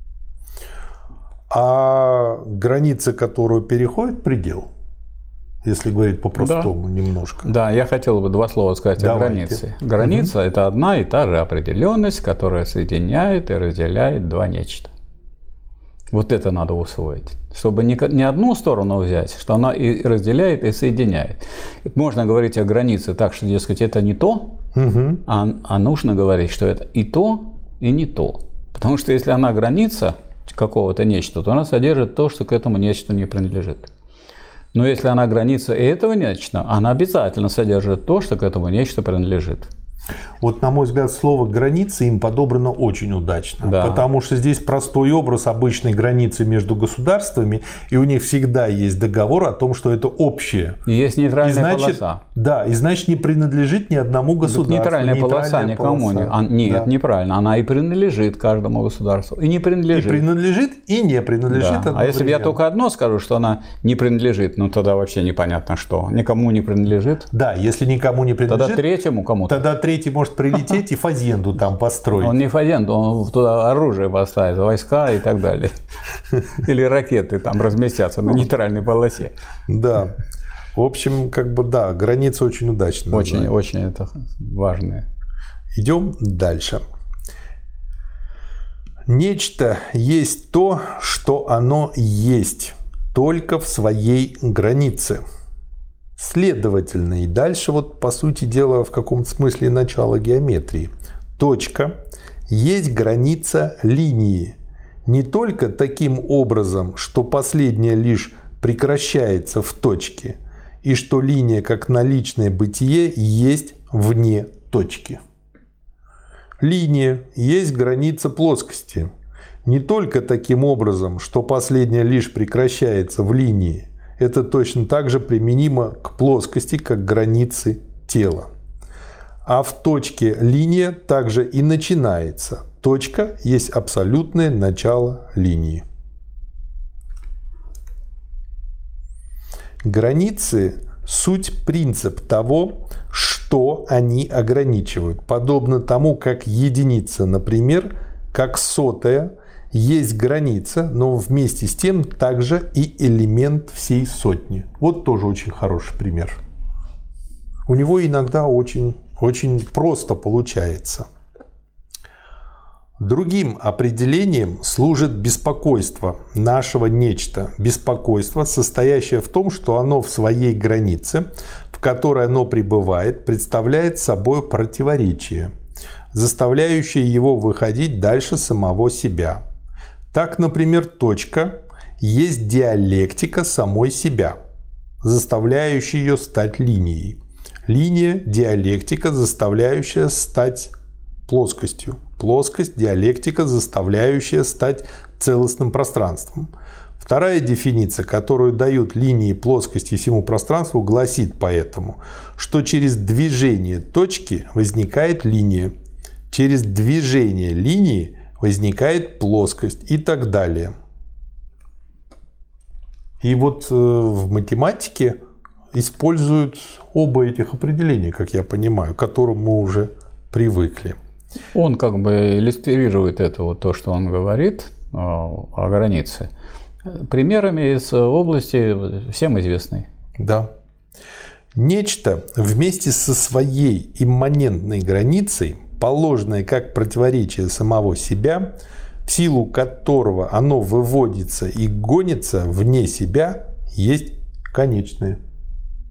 А граница, которую переходит предел, если говорить по-простому, да. немножко. Да, я хотел бы два слова сказать Давайте. о границе. Граница угу. – это одна и та же определенность, которая соединяет и разделяет два нечто. Вот это надо усвоить. Чтобы не, не одну сторону взять, что она и разделяет, и соединяет. Можно говорить о границе так, что, дескать, это не то, угу. а, а нужно говорить, что это и то, и не то. Потому что если она граница какого-то нечто, то она содержит то, что к этому нечто не принадлежит. Но если она граница и этого нечто, она обязательно содержит то, что к этому нечто принадлежит. Вот, на мой взгляд, слово «граница» им подобрано очень удачно. Да. Потому что здесь простой образ обычной границы между государствами, и у них всегда есть договор о том, что это общее. И есть нейтральная и значит, полоса. Да, и значит не принадлежит ни одному государству. Нейтральная, нейтральная полоса никому не. А, нет, да. неправильно. Она и принадлежит каждому государству, и не принадлежит. И принадлежит, и не принадлежит. Да. А если бы я только одно скажу, что она не принадлежит, ну тогда вообще непонятно что. Никому не принадлежит. Да, если никому не принадлежит. Тогда третьему кому-то. Тогда третий может прилететь и фазенду там построить. Он не фазенду, он туда оружие поставит, войска и так далее. Или ракеты там разместятся на нейтральной полосе. Да. В общем, как бы да, граница очень удачная. Очень, очень это важная. Идем дальше. Нечто есть то, что оно есть, только в своей границе. Следовательно, и дальше вот по сути дела в каком-то смысле начало геометрии. Точка есть граница линии. Не только таким образом, что последняя лишь прекращается в точке, и что линия как наличное бытие есть вне точки. Линия есть граница плоскости. Не только таким образом, что последняя лишь прекращается в линии. Это точно так же применимо к плоскости, как к границе тела. А в точке линия также и начинается. Точка есть абсолютное начало линии. Границы – суть принцип того, что они ограничивают. Подобно тому, как единица, например, как сотая, есть граница, но вместе с тем также и элемент всей сотни. Вот тоже очень хороший пример. У него иногда очень, очень просто получается. Другим определением служит беспокойство нашего нечто. Беспокойство, состоящее в том, что оно в своей границе, в которой оно пребывает, представляет собой противоречие, заставляющее его выходить дальше самого себя. Так, например, точка есть диалектика самой себя, заставляющая ее стать линией. Линия – диалектика, заставляющая стать плоскостью. Плоскость – диалектика, заставляющая стать целостным пространством. Вторая дефиниция, которую дают линии плоскости всему пространству, гласит поэтому, что через движение точки возникает линия, через движение линии возникает плоскость и так далее. И вот в математике используют оба этих определения, как я понимаю, к которым мы уже привыкли. Он как бы иллюстрирует это, вот то, что он говорит о, о границе, примерами из области всем известной. Да. Нечто вместе со своей имманентной границей, положенное как противоречие самого себя, в силу которого оно выводится и гонится вне себя, есть конечное.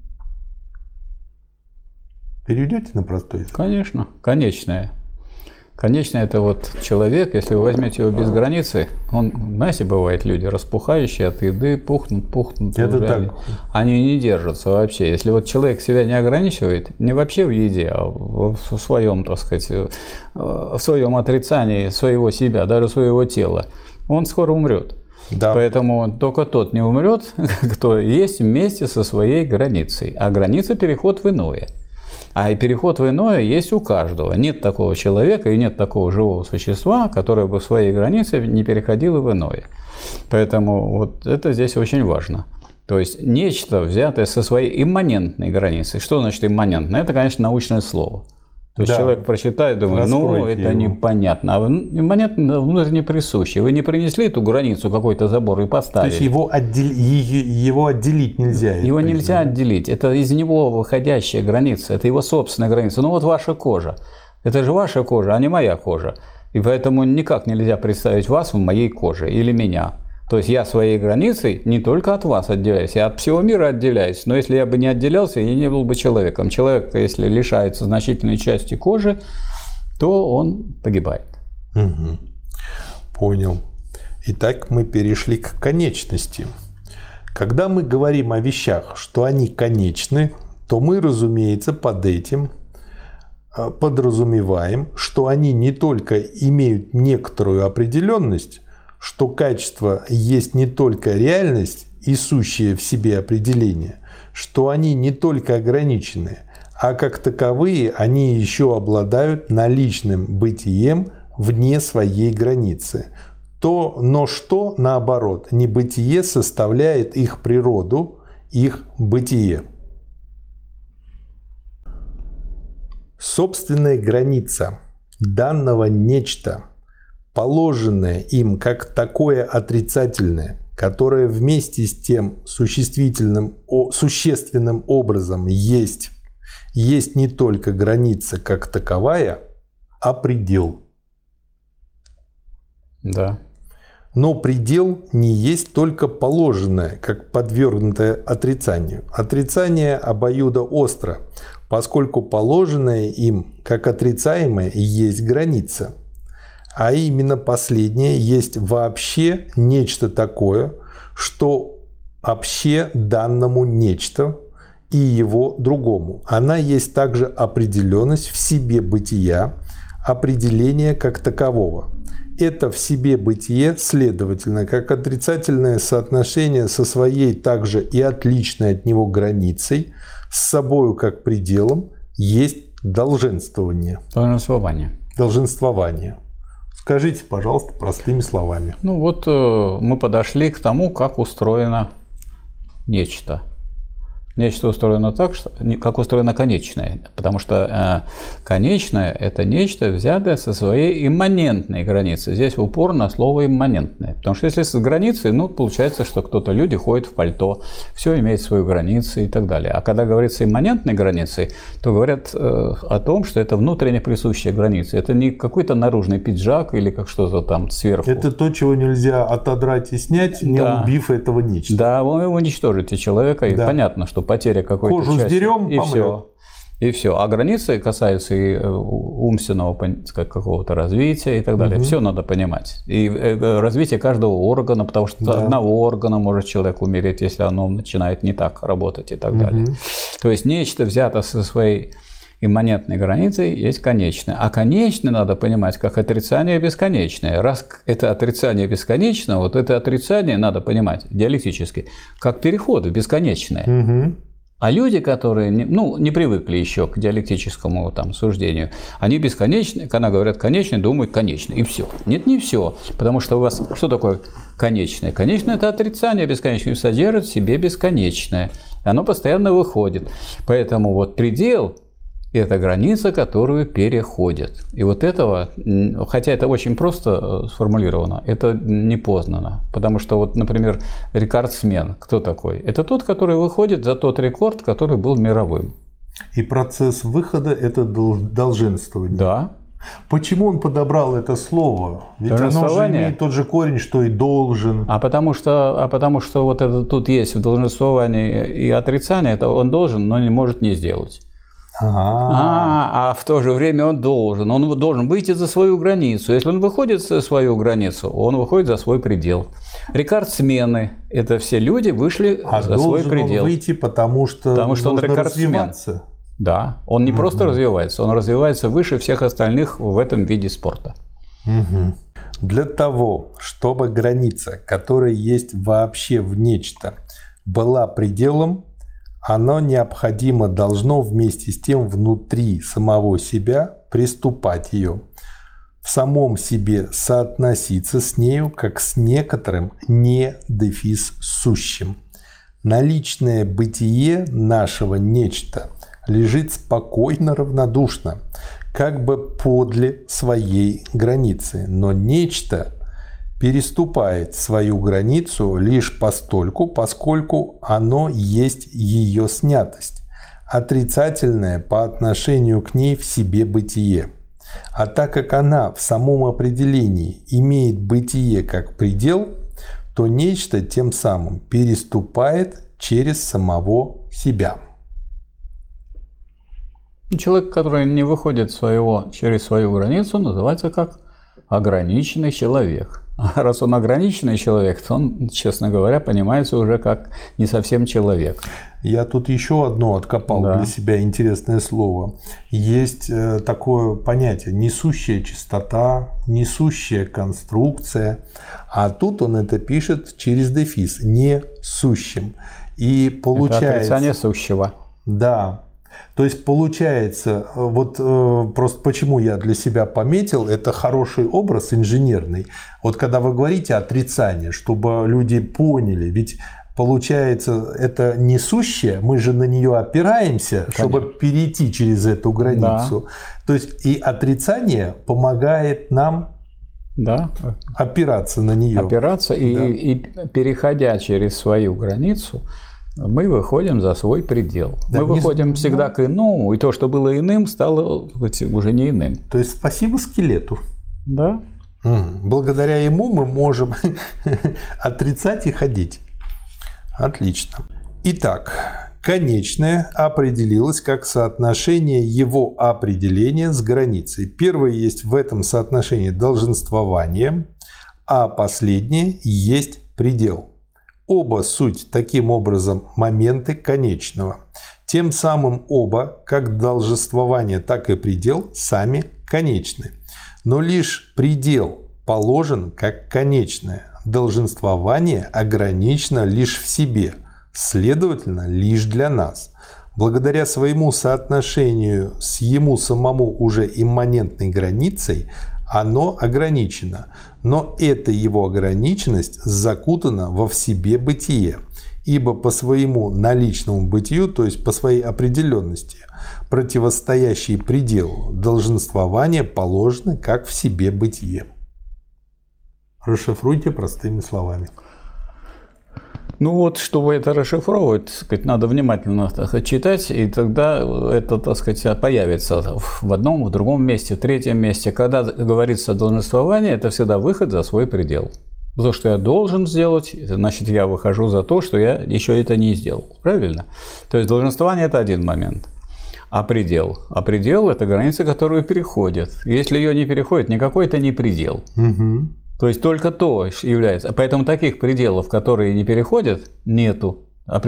Перейдете на простой язык? Конечно, конечное. Конечное – это вот человек, если вы возьмете его без границы, он, знаете, бывает люди, распухающие от еды, пухнут, пухнут. Это уже, так. Они не держатся вообще. Если вот человек себя не ограничивает, не вообще в еде, а в, в своем, так сказать, в своем отрицании своего себя, даже своего тела, он скоро умрет. Да. Поэтому только тот не умрет, кто есть вместе со своей границей. А граница – переход в иное. А и переход в иное есть у каждого. Нет такого человека и нет такого живого существа, которое бы в своей границе не переходило в иное. Поэтому вот это здесь очень важно. То есть нечто, взятое со своей имманентной границей. Что значит имманентное? Это, конечно, научное слово. То есть да. человек прочитает, думает, ну, это его. непонятно. А имманентно внутренне присуще. Вы не принесли эту границу, какой-то забор и поставили. То есть его, отдел... его отделить нельзя? Его нельзя отделить. Это из него выходящая граница. Это его собственная граница. Ну вот ваша кожа. Это же ваша кожа, а не моя кожа. И поэтому никак нельзя представить вас в моей коже или меня. То есть я своей границей не только от вас отделяюсь, я от всего мира отделяюсь. Но если я бы не отделялся, я не был бы человеком. Человек, если лишается значительной части кожи, то он погибает. Угу. Понял. Итак, мы перешли к конечности. Когда мы говорим о вещах, что они конечны, то мы, разумеется, под этим подразумеваем, что они не только имеют некоторую определенность, что качество есть не только реальность и сущее в себе определение, что они не только ограничены, а как таковые они еще обладают наличным бытием вне своей границы. То, но что, наоборот, небытие составляет их природу, их бытие. Собственная граница данного нечто, положенное им как такое отрицательное, которое вместе с тем существительным, существенным образом есть, есть не только граница как таковая, а предел. Да. Но предел не есть только положенное, как подвергнутое отрицанию. Отрицание обоюдоостро, поскольку положенное им как отрицаемое есть граница. А именно последнее есть вообще нечто такое, что обще данному нечто и его другому. Она есть также определенность в себе бытия, определение как такового. Это в себе бытие, следовательно, как отрицательное соотношение со своей также и отличной от него границей, с собою как пределом, есть долженствование. Долженствование. Долженствование. Скажите, пожалуйста, простыми словами. Ну вот э, мы подошли к тому, как устроено нечто. Нечто устроено так, что, как устроено конечное. Потому что э, конечное – это нечто, взятое со своей имманентной границы. Здесь упор на слово «имманентное». Потому что если с границей, ну, получается, что кто-то, люди ходят в пальто, все имеет свою границу и так далее. А когда говорится имманентной границей, то говорят э, о том, что это внутренне присущая граница. Это не какой-то наружный пиджак или как что-то там сверху. Это то, чего нельзя отодрать и снять, не да. убив этого нечто. Да, вы уничтожите человека, и да. понятно, что потеря какой-то Кожу части, сдерем, и все. И все. А границы касаются и умственного какого-то развития и так далее. Угу. Все надо понимать. И развитие каждого органа, потому что да. одного органа может человек умереть, если оно начинает не так работать и так угу. далее. То есть нечто взято со своей имманентной границей есть конечное. А конечное надо понимать как отрицание бесконечное. Раз это отрицание бесконечное, вот это отрицание надо понимать диалектически, как переход в бесконечное. Угу. А люди, которые не, ну, не привыкли еще к диалектическому там, суждению, они бесконечны, когда говорят конечное, думают конечное, и все. Нет, не все. Потому что у вас что такое конечное? Конечное – это отрицание бесконечное, содержит в себе бесконечное. Оно постоянно выходит. Поэтому вот предел – это граница, которую переходит. И вот этого, хотя это очень просто сформулировано, это не познано. Потому что, вот, например, рекордсмен, кто такой? Это тот, который выходит за тот рекорд, который был мировым. И процесс выхода – это долженствование. Да. Почему он подобрал это слово? Ведь оно же имеет тот же корень, что и должен. А потому что, а потому что вот это тут есть в долженствовании и отрицание, это он должен, но не может не сделать. А, а в то же время он должен. Он должен выйти за свою границу. Если он выходит за свою границу, он выходит за свой предел. Рекордсмены – это все люди вышли а за свой предел. А должен он выйти, потому что, потому что он рекордсмен. Развиваться. Да, он не угу. просто развивается, он развивается выше всех остальных в этом виде спорта. Угу. Для того, чтобы граница, которая есть вообще в нечто, была пределом, оно необходимо должно вместе с тем внутри самого себя приступать ее, в самом себе соотноситься с нею, как с некоторым не дефис сущим. Наличное бытие нашего нечто лежит спокойно, равнодушно, как бы подле своей границы, но нечто переступает свою границу лишь постольку, поскольку оно есть ее снятость, отрицательное по отношению к ней в себе бытие. А так как она в самом определении имеет бытие как предел, то нечто тем самым переступает через самого себя. Человек, который не выходит своего, через свою границу, называется как ограниченный человек. А раз он ограниченный человек, то он, честно говоря, понимается уже как не совсем человек. Я тут еще одно откопал да. для себя интересное слово. Есть такое понятие несущая чистота, несущая конструкция. А тут он это пишет через дефис несущим. И получается... Это отрицание сущего. Да. То есть получается, вот э, просто почему я для себя пометил, это хороший образ инженерный. Вот когда вы говорите отрицание, чтобы люди поняли, ведь получается это несущее, мы же на нее опираемся, конечно, чтобы перейти через эту границу. Да. То есть и отрицание помогает нам да. опираться на нее. Опираться и, да. и переходя через свою границу, мы выходим за свой предел. Да, мы выходим не... всегда к иному, и то, что было иным, стало уже не иным. То есть спасибо скелету. Да. Благодаря ему мы можем отрицать и ходить. Отлично. Итак, конечное определилось как соотношение его определения с границей. Первое есть в этом соотношении долженствование, а последнее есть предел. Оба суть таким образом моменты конечного. Тем самым оба, как долженствование, так и предел, сами конечны. Но лишь предел положен как конечное. Долженствование ограничено лишь в себе, следовательно, лишь для нас. Благодаря своему соотношению с ему самому уже имманентной границей, оно ограничено, но эта его ограниченность закутана во в себе бытие, ибо по своему наличному бытию, то есть по своей определенности, противостоящий пределу долженствования положено как в себе бытие. Расшифруйте простыми словами. Ну вот, чтобы это расшифровывать, так сказать, надо внимательно так сказать, читать, и тогда это, так сказать, появится в одном, в другом месте, в третьем месте. Когда говорится о долженствовании, это всегда выход за свой предел. То, что я должен сделать, значит, я выхожу за то, что я еще это не сделал. Правильно? То есть долженствование – это один момент. А предел? А предел – это граница, которую переходят. Если ее не переходит, никакой это не предел. Угу. То есть только то является. Поэтому таких пределов, которые не переходят, нету.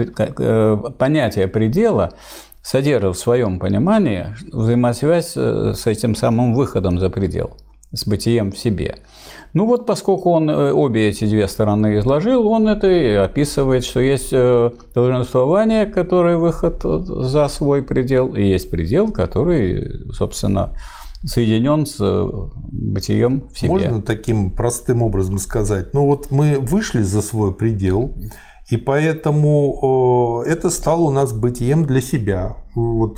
Понятие предела содержит в своем понимании взаимосвязь с этим самым выходом за предел, с бытием в себе. Ну вот, поскольку он обе эти две стороны изложил, он это и описывает, что есть долженствование, которое выход за свой предел, и есть предел, который, собственно, соединен с бытием в себе. Можно таким простым образом сказать? Ну вот мы вышли за свой предел, и поэтому это стало у нас бытием для себя. Вот,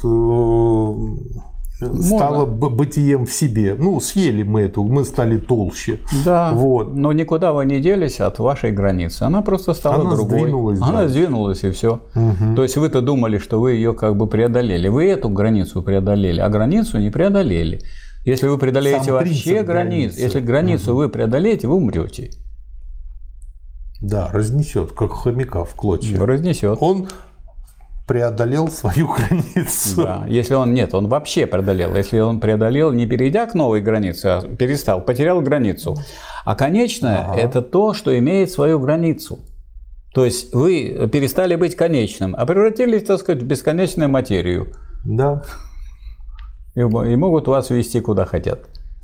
стало бытием в себе. Ну, съели мы эту, мы стали толще. Да, вот. Но никуда вы не делись от вашей границы. Она просто стала Она другой. Сдвинулась, Она да. сдвинулась, и все. Угу. То есть вы-то думали, что вы ее как бы преодолели. Вы эту границу преодолели, а границу не преодолели. Если вы преодолеете Сам вообще границу, если границу угу. вы преодолеете, вы умрете. Да, разнесет, как хомяка в клочья. Разнесет. Он преодолел свою границу. Да, если он нет, он вообще преодолел. Если он преодолел, не перейдя к новой границе, а перестал, потерял границу. А конечное ага. – это то, что имеет свою границу. То есть вы перестали быть конечным, а превратились, так сказать, в бесконечную материю. Да. И, и могут вас вести куда хотят.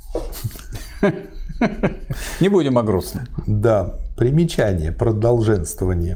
Не будем о грустном. Да. Примечание. Продолженствование.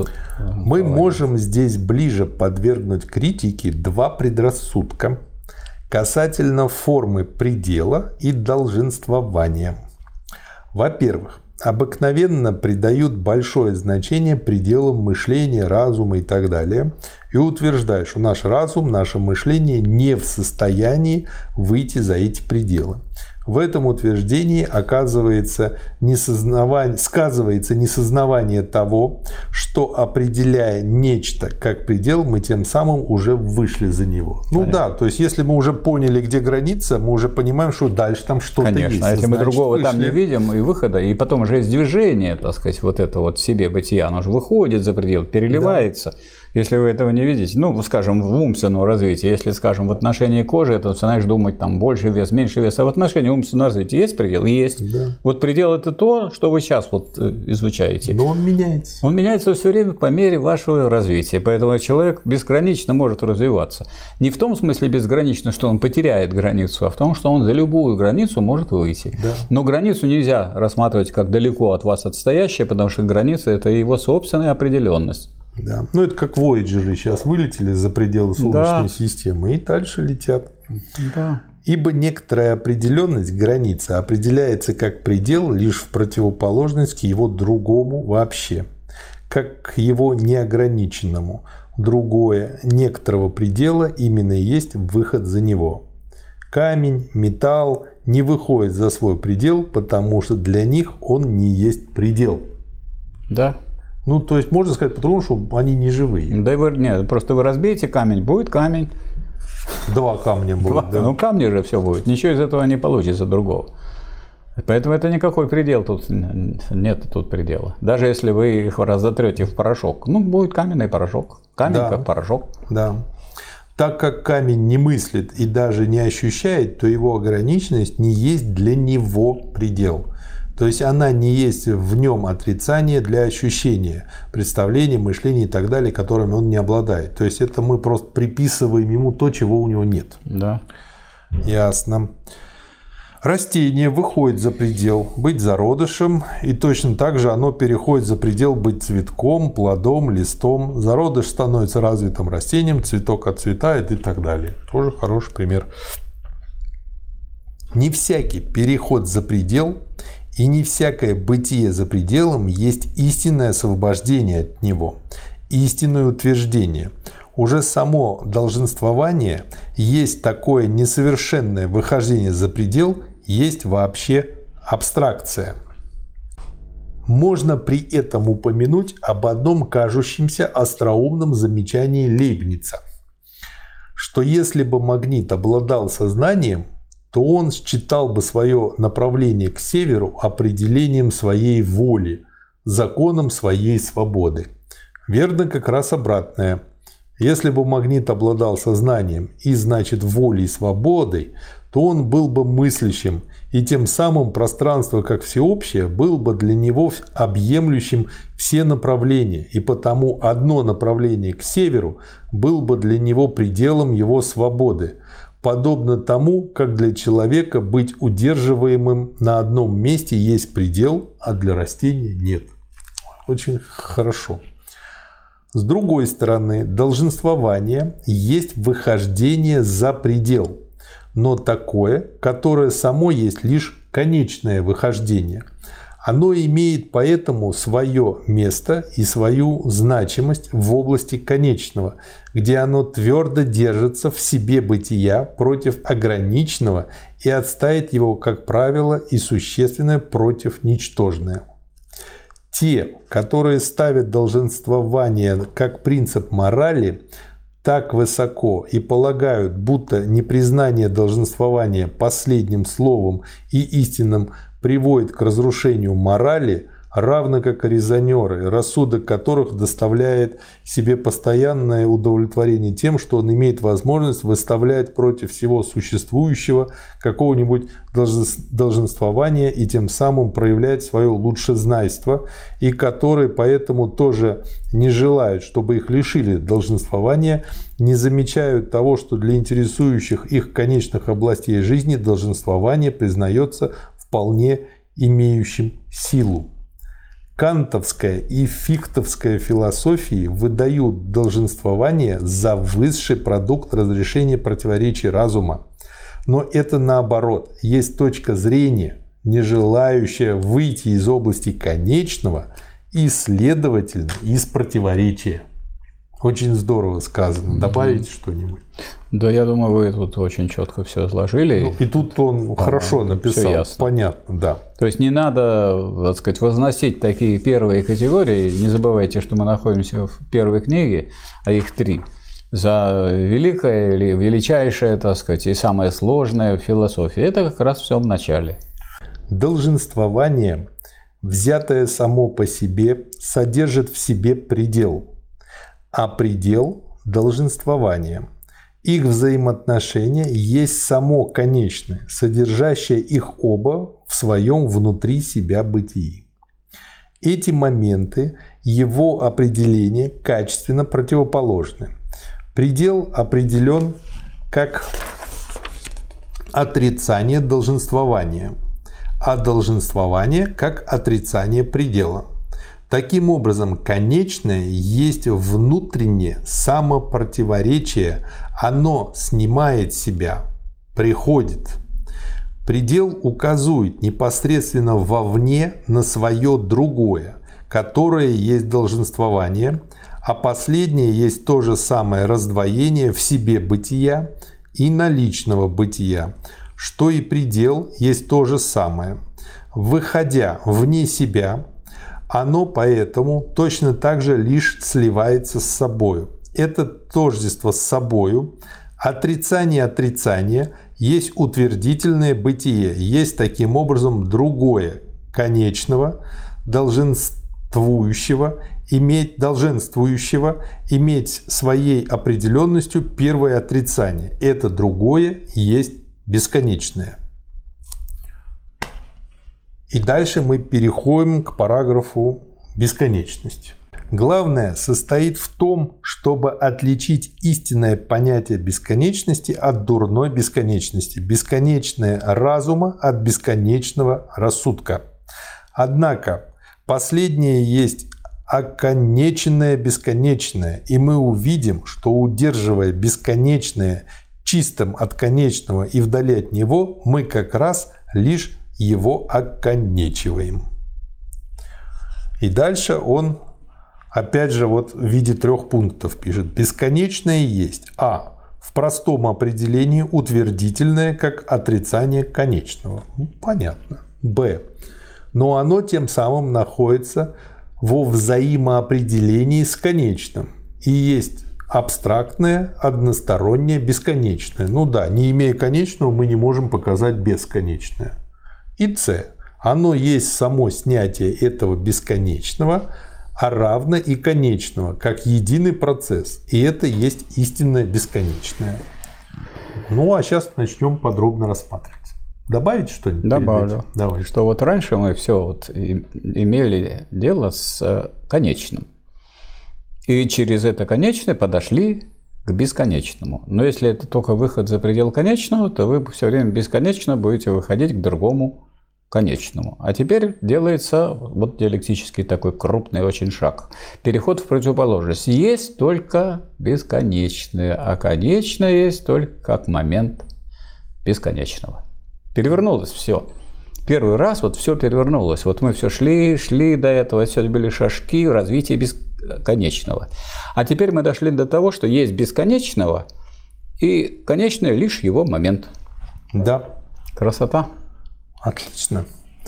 Мы можем здесь ближе подвергнуть критике два предрассудка касательно формы предела и долженствования. Во-первых, обыкновенно придают большое значение пределам мышления, разума и так далее, и утверждают, что наш разум, наше мышление не в состоянии выйти за эти пределы. В этом утверждении оказывается несознавание, сказывается несознавание того, что, определяя нечто как предел, мы тем самым уже вышли за него. Ну Понятно. Да, то есть если мы уже поняли, где граница, мы уже понимаем, что дальше там что-то Конечно, есть. Конечно, а если Значит, мы другого вышли. Там не видим и выхода, и потом уже есть движение, так сказать, вот это вот в себе бытия, оно же выходит за предел, переливается. Да. Если вы этого не видите, ну, скажем, в умственном развитии, если, скажем, в отношении кожи, то начинаешь думать, там, больше вес, меньше вес, а в отношении умственного развития есть предел? Есть. Да. Вот предел – это то, что вы сейчас вот изучаете. Но он меняется. Он меняется все время по мере вашего развития, поэтому человек безгранично может развиваться. Не в том смысле безгранично, что он потеряет границу, а в том, что он за любую границу может выйти. Да. Но границу нельзя рассматривать как далеко от вас отстоящая, потому что граница – это его собственная определенность. Да. Ну, это как Вояджеры сейчас вылетели за пределы Солнечной да. системы и дальше летят. Да. Ибо некоторая определенность границы определяется как предел лишь в противоположность к его другому вообще, как к его неограниченному. Другое некоторого предела именно и есть выход за него. Камень, металл не выходит за свой предел, потому что для них он не есть предел. Да. Ну, то есть, можно сказать потому, что они не живые. Да, вы, нет, просто вы разбейте камень, будет камень. Два камня будет, Два, да. Ну, камни же все будет, ничего из этого не получится другого. Поэтому это никакой предел тут, нет тут предела. Даже если вы их разотрете в порошок, ну, будет каменный порошок. Камень да. как порошок. Да. Так как камень не мыслит и даже не ощущает, то его ограниченность не есть для него предел. То есть она не есть в нем отрицание для ощущения, представления, мышления и так далее, которыми он не обладает. То есть это мы просто приписываем ему то, чего у него нет. Да. Ясно. Растение выходит за предел быть зародышем, и точно так же оно переходит за предел быть цветком, плодом, листом. Зародыш становится развитым растением, цветок отцветает и так далее. Тоже хороший пример. Не всякий переход за предел и не всякое бытие за пределом есть истинное освобождение от него, истинное утверждение. Уже само долженствование есть такое несовершенное выхождение за предел, есть вообще абстракция. Можно при этом упомянуть об одном кажущемся остроумном замечании Лейбница, что если бы магнит обладал сознанием, то он считал бы свое направление к северу определением своей воли, законом своей свободы. Верно как раз обратное. Если бы магнит обладал сознанием и, значит, волей и свободой, то он был бы мыслящим, и тем самым пространство как всеобщее было бы для него объемлющим все направления, и потому одно направление к северу было бы для него пределом его свободы, подобно тому, как для человека быть удерживаемым на одном месте есть предел, а для растения нет. Очень хорошо. С другой стороны, долженствование есть выхождение за предел, но такое, которое само есть лишь конечное выхождение. Оно имеет поэтому свое место и свою значимость в области конечного, где оно твердо держится в себе бытия против ограниченного и отставит его, как правило, и существенное против ничтожное. Те, которые ставят долженствование как принцип морали так высоко и полагают, будто непризнание долженствования последним словом и истинным приводит к разрушению морали, равно как и резонеры, рассудок которых доставляет себе постоянное удовлетворение тем, что он имеет возможность выставлять против всего существующего какого-нибудь долженствования и тем самым проявлять свое лучшезнайство, и которые поэтому тоже не желают, чтобы их лишили долженствования, не замечают того, что для интересующих их конечных областей жизни долженствование признается вполне имеющим силу. Кантовская и фихтовская философии выдают долженствование за высший продукт разрешения противоречий разума. Но это наоборот. Есть точка зрения, не желающая выйти из области конечного и, следовательно, из противоречия. Очень здорово сказано. Добавить mm-hmm. что-нибудь? Да, я думаю, вы тут очень четко все изложили. Ну, и тут он да, хорошо написал. Понятно, да. То есть не надо, так сказать, возносить такие первые категории. Не забывайте, что мы находимся в первой книге, а их три. За великое или величайшее, так сказать, и самое сложное в философии. Это как раз все в начале. Долженствование, взятое само по себе, содержит в себе предел. А предел – долженствование. Их взаимоотношения есть само конечное, содержащее их оба в своем внутри себя бытии. Эти моменты его определения качественно противоположны. Предел определен как отрицание долженствования, а долженствование как отрицание предела. Таким образом, конечное есть внутреннее самопротиворечие, оно снимает себя, приходит. Предел указывает непосредственно вовне на свое другое, которое есть долженствование, а последнее есть то же самое раздвоение в себе бытия и наличного бытия, что и предел есть то же самое. Выходя вне себя, оно поэтому точно так же лишь сливается с собою. Это тождество с собою, отрицание отрицания, есть утвердительное бытие, есть таким образом другое, конечного, долженствующего, иметь, долженствующего, иметь своей определенностью первое отрицание. Это другое есть бесконечное. И дальше мы переходим к параграфу бесконечности. Главное состоит в том, чтобы отличить истинное понятие бесконечности от дурной бесконечности, бесконечное разума от бесконечного рассудка. Однако последнее есть оконеченное бесконечное, и мы увидим, что, удерживая бесконечное чистым от конечного и вдали от него, мы как раз лишь его оконечиваем. И дальше он, опять же, вот в виде трех пунктов пишет. Бесконечное есть а. В простом определении утвердительное, как отрицание конечного. Ну, понятно. Б. Но оно тем самым находится во взаимоопределении с конечным. И есть абстрактное, одностороннее, бесконечное. Ну да, не имея конечного, мы не можем показать бесконечное. И С. Оно есть само снятие этого бесконечного, а равно и конечного, как единый процесс. И это есть истинное бесконечное. Ну, а сейчас начнем подробно рассматривать. Добавить что-нибудь? Добавлю. Давай. Что вот раньше мы все вот имели дело с конечным. И через это конечное подошли к бесконечному. Но если это только выход за предел конечного, то вы все время бесконечно будете выходить к другому конечному. А теперь делается вот диалектический такой крупный очень шаг. Переход в противоположность. Есть только бесконечное, а конечное есть только как момент бесконечного. Перевернулось все. Первый раз вот все перевернулось. Вот мы все шли, шли до этого, все были шажки развития бесконечного. А теперь мы дошли до того, что есть бесконечного, и конечное лишь его момент. Да. Красота. Отлично.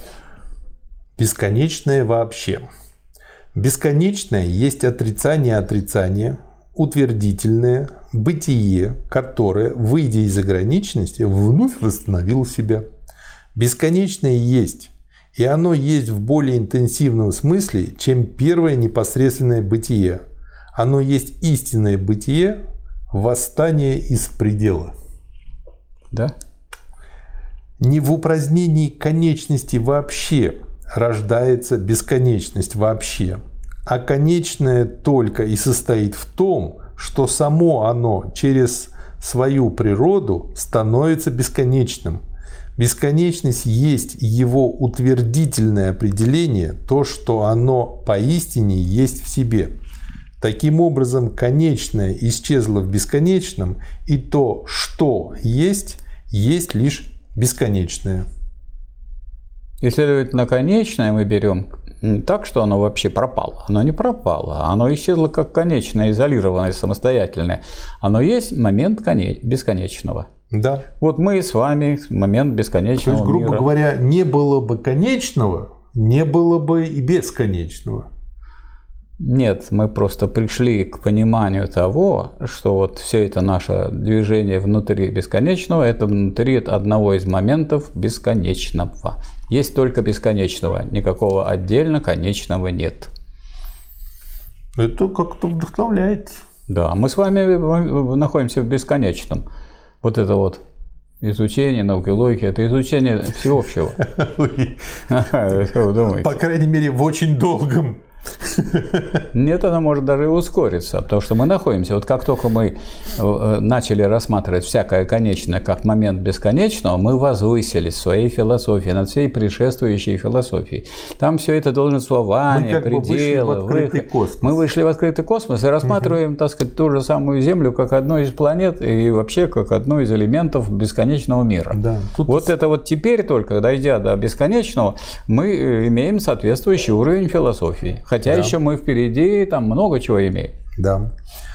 Бесконечное вообще. Бесконечное есть отрицание отрицания, утвердительное бытие, которое, выйдя из ограниченности, вновь восстановило себя. Бесконечное есть И оно есть в более интенсивном смысле, чем первое непосредственное бытие. Оно есть истинное бытие, восстание из предела. Да. Не в упразднении конечности вообще рождается бесконечность вообще, а конечное только и состоит в том, что само оно через свою природу становится бесконечным. Бесконечность есть его утвердительное определение, то, что оно поистине есть в себе. Таким образом, конечное исчезло в бесконечном, и то, что есть, есть лишь бесконечное. И, следовательно, конечное мы берем не так, что оно вообще пропало. Оно не пропало. Оно исчезло как конечное, изолированное, самостоятельное. Оно есть момент коне... бесконечного. Да. Вот мы с вами момент бесконечного. То есть, грубо мира. говоря, не было бы конечного, не было бы и бесконечного. Нет, мы просто пришли к пониманию того, что вот все это наше движение внутри бесконечного, это внутри одного из моментов бесконечного. Есть только бесконечного, никакого отдельно конечного нет. Это как-то вдохновляет. Да, мы с вами находимся в бесконечном. Вот это вот изучение науки логики, это изучение всеобщего. Что вы думаете? По крайней мере, в очень долгом. Нет, она может даже и ускориться, потому что мы находимся, вот как только мы начали рассматривать всякое конечное как момент бесконечного, мы возвысились в своей философии над всей предшествующей философией. Там все это долженствование, мы как пределы, бы вышли в открытый выход. космос. Мы вышли в открытый космос и рассматриваем, угу. так сказать, ту же самую Землю как одну из планет и вообще как одну из элементов бесконечного мира. Да, тут... Вот это вот теперь только, дойдя до бесконечного, мы имеем соответствующий уровень философии. Хотя да. еще мы впереди там много чего имеем. Да.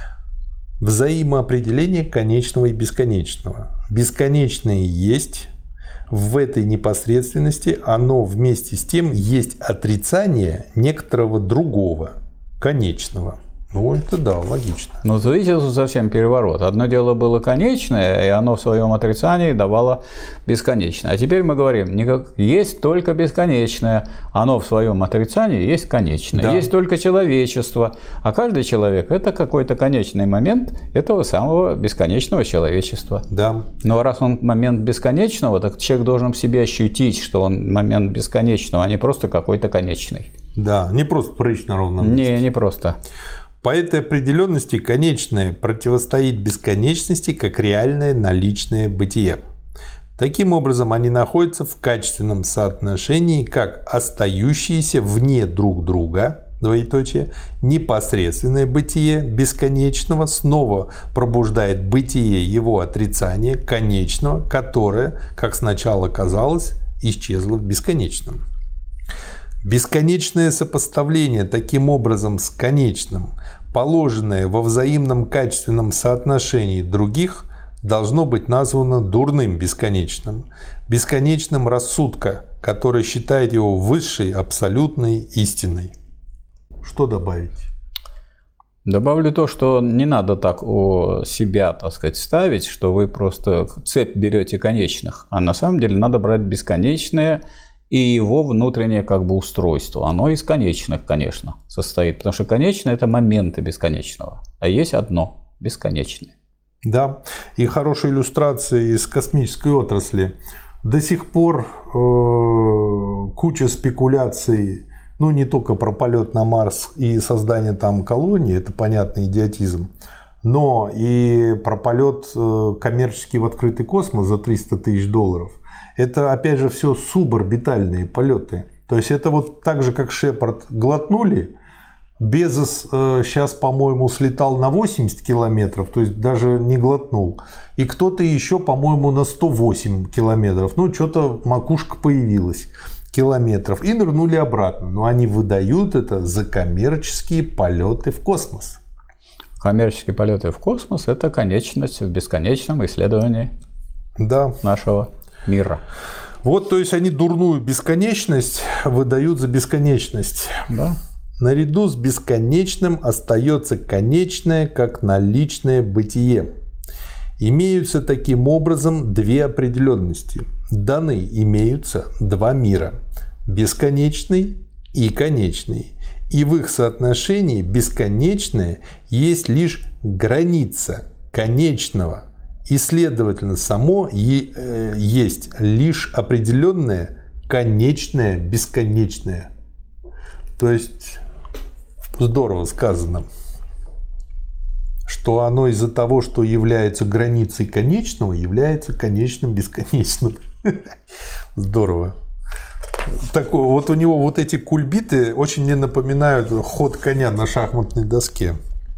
Взаимоопределение конечного и бесконечного. Бесконечное есть. В этой непосредственности оно вместе с тем есть отрицание некоторого другого, конечного. Ну, это да, логично. Ну, видите, совсем переворот. Одно дело было конечное, и оно в своем отрицании давало бесконечное. А теперь мы говорим, никак... есть только бесконечное, оно в своем отрицании есть конечное. Да. Есть только человечество, а каждый человек – это какой-то конечный момент этого самого бесконечного человечества. Да. Но раз он момент бесконечного, так человек должен в себе ощутить, что он момент бесконечного, а не просто какой-то конечный. Да, не просто прыщ на ровном месте. Не, не просто. По этой определенности конечное противостоит бесконечности как реальное наличное бытие. Таким образом, они находятся в качественном соотношении как остающиеся вне друг друга, двоеточие, непосредственное бытие бесконечного снова пробуждает бытие его отрицания конечного, которое, как сначала казалось, исчезло в бесконечном. Бесконечное сопоставление таким образом с конечным, положенное во взаимном качественном соотношении других, должно быть названо дурным бесконечным, бесконечным рассудка, который считает его высшей абсолютной истиной. Что добавить? Добавлю то, что не надо так о себя, так сказать, ставить, что вы просто цепь берете конечных, а на самом деле надо брать бесконечное и его внутреннее как бы устройство. Оно из конечных, конечно, состоит, потому что конечное – это моменты бесконечного, а есть одно – бесконечное. Да, и хорошая иллюстрация из космической отрасли. До сих пор э, куча спекуляций, ну не только про полет на Марс и создание там колонии, это понятный идиотизм, но и про полет э, коммерческий в открытый космос за триста тысяч долларов. Это, опять же, все суборбитальные полеты. То есть это вот так же, как Шепард глотнули. Безос э, сейчас, по-моему, слетал на восемьдесят километров, то есть даже не глотнул. И кто-то еще, по-моему, на сто восемь километров. Ну, что-то макушка появилась километров. И нырнули обратно. Но они выдают это за коммерческие полеты в космос. Коммерческие полеты в космос – это конечность в бесконечном исследовании да. нашего мира. Вот, то есть они дурную бесконечность выдают за бесконечность. Да. Наряду с бесконечным остается конечное как наличное бытие. Имеются таким образом две определенности. Даны имеются два мира. бесконечный и конечный. И в их соотношении бесконечное есть лишь граница конечного. И, следовательно, само есть лишь определенное конечное бесконечное. То есть, здорово сказано, что оно из-за того, что является границей конечного, является конечным бесконечным. Здорово. Такое, вот у него вот эти кульбиты очень мне напоминают ход коня на шахматной доске.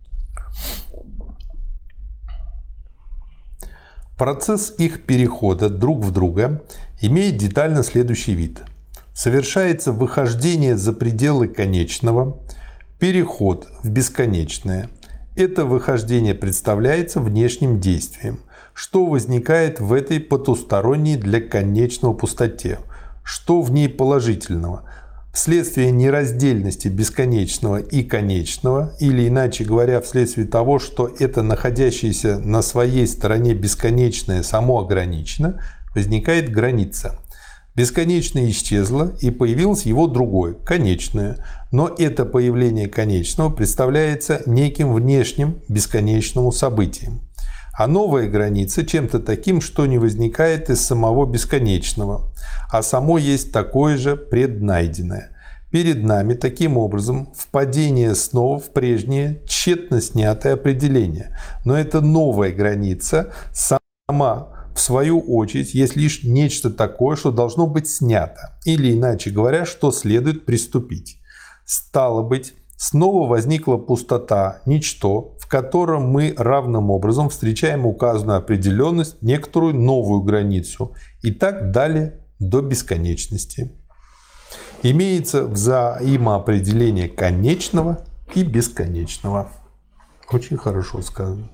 Процесс их перехода друг в друга имеет детально следующий вид. Совершается выхождение за пределы конечного, переход в бесконечное. Это выхождение представляется внешним действием, что возникает в этой потусторонней для конечного пустоте. Что в ней положительного? Вследствие нераздельности бесконечного и конечного, или иначе говоря, вследствие того, что это находящееся на своей стороне бесконечное само ограничено, возникает граница. Бесконечное исчезло, и появилось его другое, конечное. Но это появление конечного представляется неким внешним бесконечному событием. А новая граница чем-то таким, что не возникает из самого бесконечного, а само есть такое же преднайденное. Перед нами, таким образом, впадение снова в прежнее тщетно снятое определение. Но эта новая граница сама, в свою очередь, есть лишь нечто такое, что должно быть снято, или, иначе говоря, что следует приступить. Стало быть, снова возникла пустота, ничто, в котором мы равным образом встречаем указанную определенность, некоторую новую границу, и так далее до бесконечности. Имеется взаимоопределение конечного и бесконечного. Очень хорошо сказано.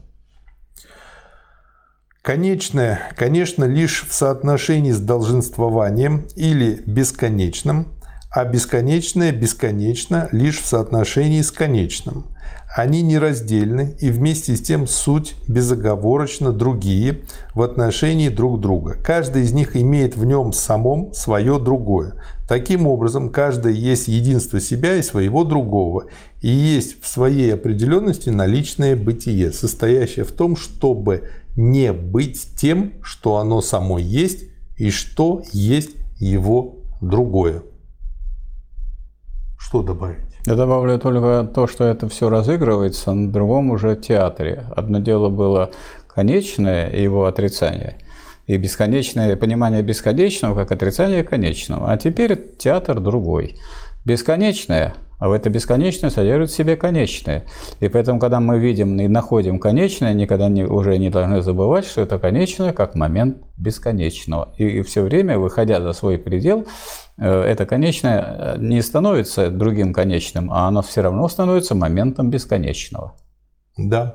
Конечное, конечно, лишь в соотношении с долженствованием или бесконечным, а бесконечное бесконечно лишь в соотношении с конечным. Они нераздельны и вместе с тем суть безоговорочно другие в отношении друг друга. Каждый из них имеет в нем самом свое другое. Таким образом, каждое есть единство себя и своего другого, и есть в своей определенности наличное бытие, состоящее в том, чтобы не быть тем, что оно само есть, и что есть его другое. Что добавить? Я добавлю только то, что это все разыгрывается на другом уже театре. Одно дело было конечное и его отрицание, и бесконечное понимание бесконечного как отрицание конечного. А теперь театр другой. Бесконечное, а в это бесконечное содержит в себе конечное. И поэтому, когда мы видим и находим конечное, никогда не, уже не должны забывать, что это конечное как момент бесконечного. И, и все время, выходя за свой предел, это конечное не становится другим конечным, а оно все равно становится моментом бесконечного. Да.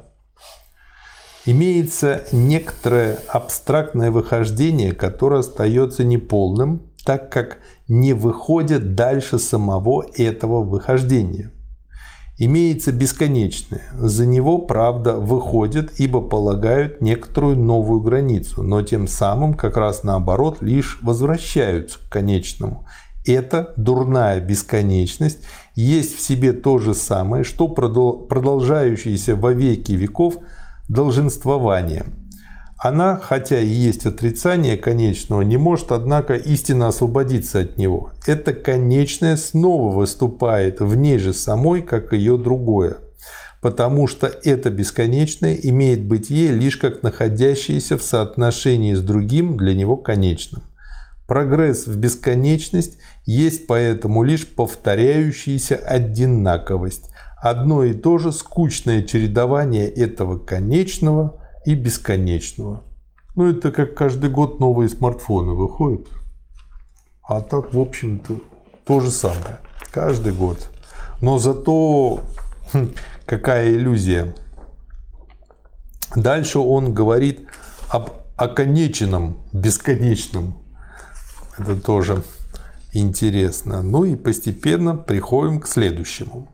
Имеется некоторое абстрактное выхождение, которое остается неполным, так как не выходит дальше самого этого выхождения. Имеется бесконечное. За него, правда, выходит, ибо полагают некоторую новую границу, но тем самым как раз наоборот лишь возвращаются к конечному. Эта дурная бесконечность есть в себе то же самое, что продолжающееся во веки веков долженствование. Она, хотя и есть отрицание конечного, не может, однако, истинно освободиться от него. Это конечное снова выступает в ней же самой, как ее другое, потому что это бесконечное имеет бытие лишь как находящееся в соотношении с другим для него конечным. Прогресс в бесконечность есть поэтому лишь повторяющаяся одинаковость, одно и то же скучное чередование этого конечного и бесконечного. Ну, это как каждый год новые смартфоны выходят. А так, в общем-то, то же самое. Каждый год. Но зато хм, какая иллюзия. Дальше он говорит об оконеченном, бесконечном. Это тоже интересно. Ну и постепенно приходим к следующему.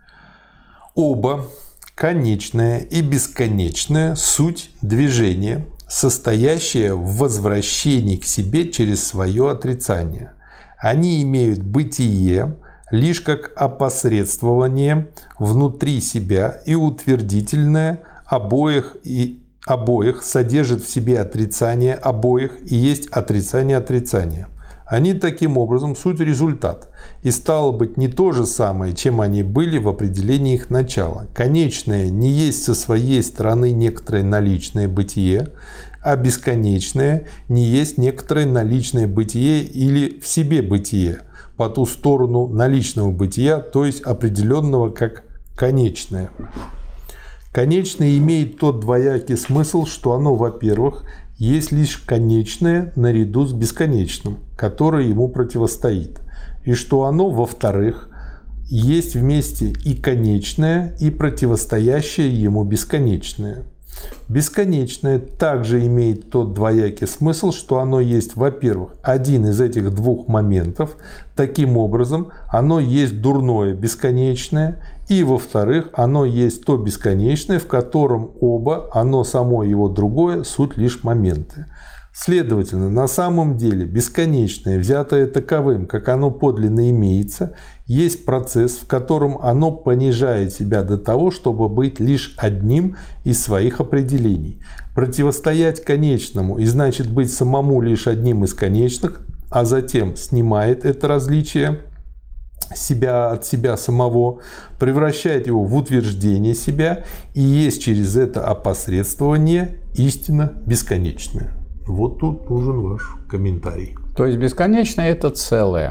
Оба конечное и бесконечное суть движения, состоящее в возвращении к себе через свое отрицание. Они имеют бытие лишь как опосредствование внутри себя и утвердительное обоих и обоих содержит в себе отрицание обоих и есть отрицание отрицания. Они таким образом суть результат и стало быть не то же самое, чем они были в определении их начала. Конечное не есть со своей стороны некоторое наличное бытие, а бесконечное не есть некоторое наличное бытие или в себе бытие, по ту сторону наличного бытия, то есть определенного как конечное. Конечное имеет тот двоякий смысл, что оно, во-первых, есть лишь конечное наряду с бесконечным, которое ему противостоит, и что оно, во-вторых, есть вместе и конечное, и противостоящее ему бесконечное. Бесконечное также имеет тот двоякий смысл, что оно есть, во-первых, один из этих двух моментов, таким образом, оно есть дурное бесконечное, и, во-вторых, оно есть то бесконечное, в котором оба, оно само и его другое, суть лишь моменты. Следовательно, на самом деле бесконечное, взятое таковым, как оно подлинно имеется, есть процесс, в котором оно понижает себя до того, чтобы быть лишь одним из своих определений. Противостоять конечному и значит быть самому лишь одним из конечных, а затем снимает это различие себя от себя самого, превращает его в утверждение себя и есть через это опосредствование истина бесконечная. Вот тут нужен ваш комментарий. То есть бесконечное – это целое,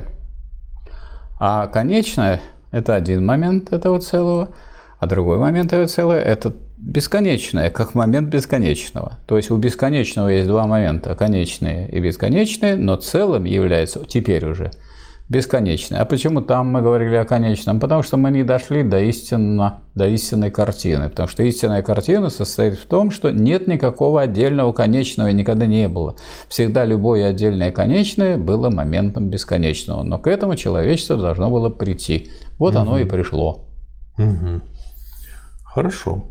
а конечное – это один момент этого целого, а другой момент этого целого – это бесконечное, как момент бесконечного. То есть у бесконечного есть два момента – конечные и бесконечные, но целым является теперь уже бесконечное. А почему там мы говорили о конечном? Потому что мы не дошли до, истинно, до истинной картины. Потому что истинная картина состоит в том, что нет никакого отдельного конечного и никогда не было. Всегда любое отдельное конечное было моментом бесконечного. Но к этому человечество должно было прийти. Вот угу. оно и пришло. Угу. Хорошо.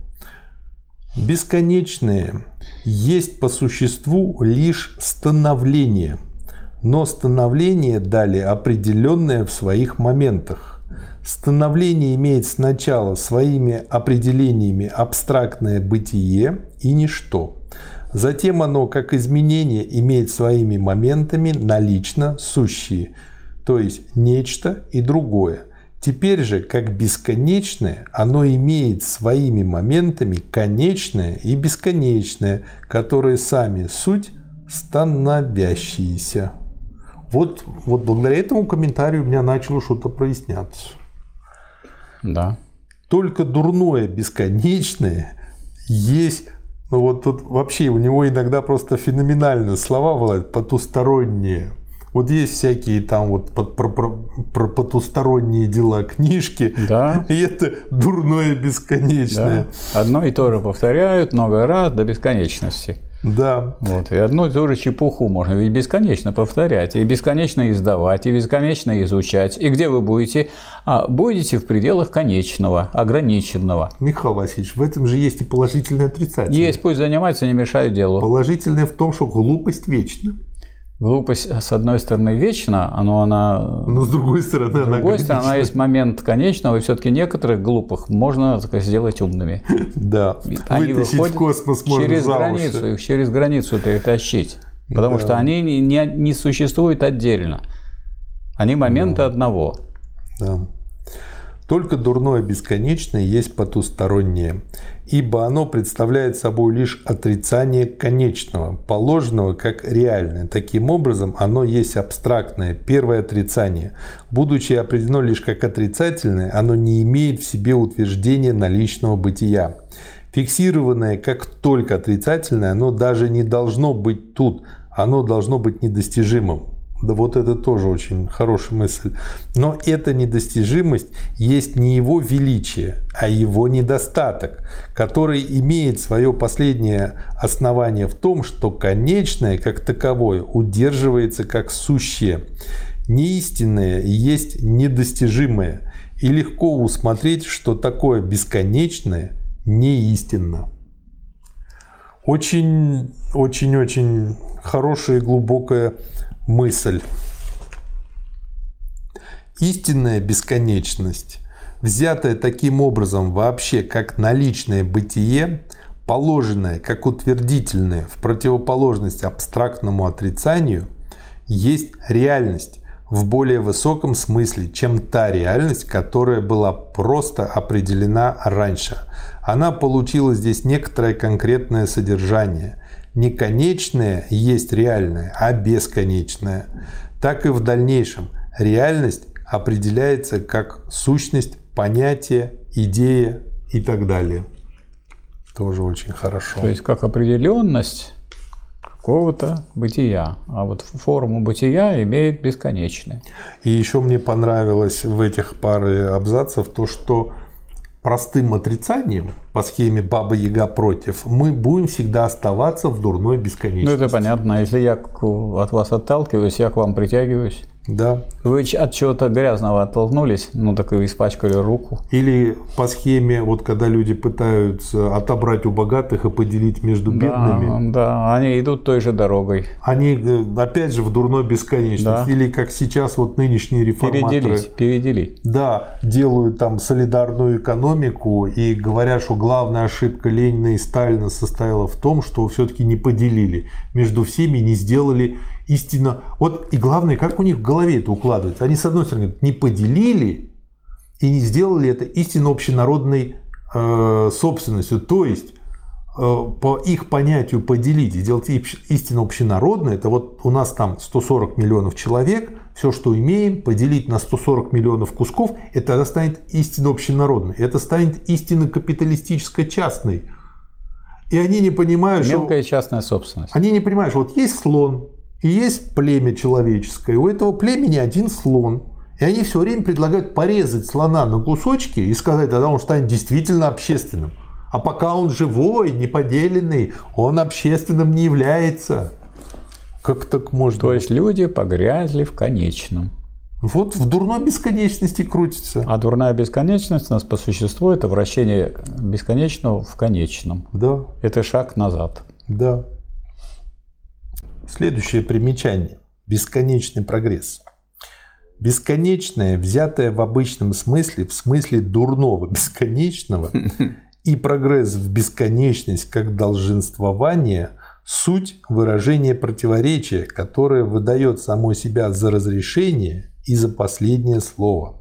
Бесконечное есть по существу лишь становление. Но становление далее определенное в своих моментах. Становление имеет сначала своими определениями абстрактное бытие и ничто. Затем оно, как изменение, имеет своими моментами налично сущие, то есть нечто и другое. Теперь же, как бесконечное, оно имеет своими моментами конечное и бесконечное, которые сами суть становящиеся. Вот, вот благодаря этому комментарию у меня начало что-то проясняться. Да. Только дурное бесконечное есть. Ну вот тут вообще у него иногда просто феноменальные слова бывают, потусторонние. Вот есть всякие там вот про, про, про потусторонние дела книжки, да. И это дурное бесконечное. Да. Одно и то же повторяют много раз до бесконечности. Да. Вот. И одну и ту же чепуху можно ведь бесконечно повторять, и бесконечно издавать, и бесконечно изучать. И где вы будете? А, будете в пределах конечного, ограниченного. Михаил Васильевич, в этом же есть и положительное и отрицательное. Есть, пусть занимается, не мешает делу. Положительное в том, что глупость вечна. Глупость, с одной стороны, вечна, но она... Но с другой стороны, с другой стороны, она есть момент конечного, и все-таки некоторых глупых можно так, сделать умными. Да. Они вытащить в космос можно через за границу, уши. Их через границу перетащить. Потому да. что они не, не, не существуют отдельно. Они моменты да. одного. Да. Только дурное бесконечное есть потустороннее, ибо оно представляет собой лишь отрицание конечного, положенного как реальное. Таким образом, оно есть абстрактное, первое отрицание. Будучи определено лишь как отрицательное, оно не имеет в себе утверждения наличного бытия. Фиксированное как только отрицательное, оно даже не должно быть тут, оно должно быть недостижимым. Да вот это тоже очень хорошая мысль. Но эта недостижимость есть не его величие, а его недостаток, который имеет свое последнее основание в том, что конечное как таковое удерживается как сущее. Неистинное есть недостижимое, и легко усмотреть, что такое бесконечное неистинно. Очень, очень, очень хорошая и глубокая мысль. Истинная бесконечность, взятая таким образом вообще как наличное бытие, положенное как утвердительное в противоположность абстрактному отрицанию, есть реальность в более высоком смысле, чем та реальность, которая была просто определена раньше. Она получила здесь некоторое конкретное содержание. Не конечное есть реальное, а бесконечное. Так и в дальнейшем реальность определяется как сущность, понятие, идея и так далее. Тоже очень хорошо. То есть как определенность какого-то бытия, а вот форму бытия имеет бесконечное. И еще мне понравилось в этих паре абзацев то, что простым отрицанием по схеме Баба-Яга против мы будем всегда оставаться в дурной бесконечности. Ну это понятно. Если я от вас отталкиваюсь, я к вам притягиваюсь. Да. Вы от чего-то грязного оттолкнулись, ну так и испачкали руку. Или по схеме, вот когда люди пытаются отобрать у богатых и поделить между бедными. Да, да, они идут той же дорогой. Они опять же в дурной бесконечности. Да. Или как сейчас вот нынешние реформаторы. Переделить, переделить. Да, делают там солидарную экономику и говорят, что главная ошибка Ленина и Сталина состояла в том, что все-таки не поделили между всеми, не сделали истинно. Вот и главное, как у них в голове это укладывается. Они, с одной стороны, не поделили и не сделали это истинно общенародной э, собственностью. То есть, э, по их понятию поделить и сделать истинно общенародное, это вот у нас там сто сорок миллионов человек, все, что имеем, поделить на сто сорок миллионов кусков, это тогда станет истинно общенародной. Это станет истинно капиталистическо-частной. И они не понимают, Мелкая что... Мелкая частная собственность. Они не понимают, что вот есть слон, и есть племя человеческое. У этого племени один слон. И они все время предлагают порезать слона на кусочки и сказать, тогда он станет действительно общественным. А пока он живой, неподеленный, он общественным не является. Как так можно? То есть люди погрязли в конечном. Вот в дурной бесконечности крутится. А дурная бесконечность у нас по существу это вращение бесконечного в конечном. Да. Это шаг назад. Да. Следующее примечание. Бесконечный прогресс. Бесконечное, взятое в обычном смысле, в смысле дурного бесконечного, и прогресс в бесконечность как долженствование – суть выражения противоречия, которое выдает само себя за разрешение и за последнее слово.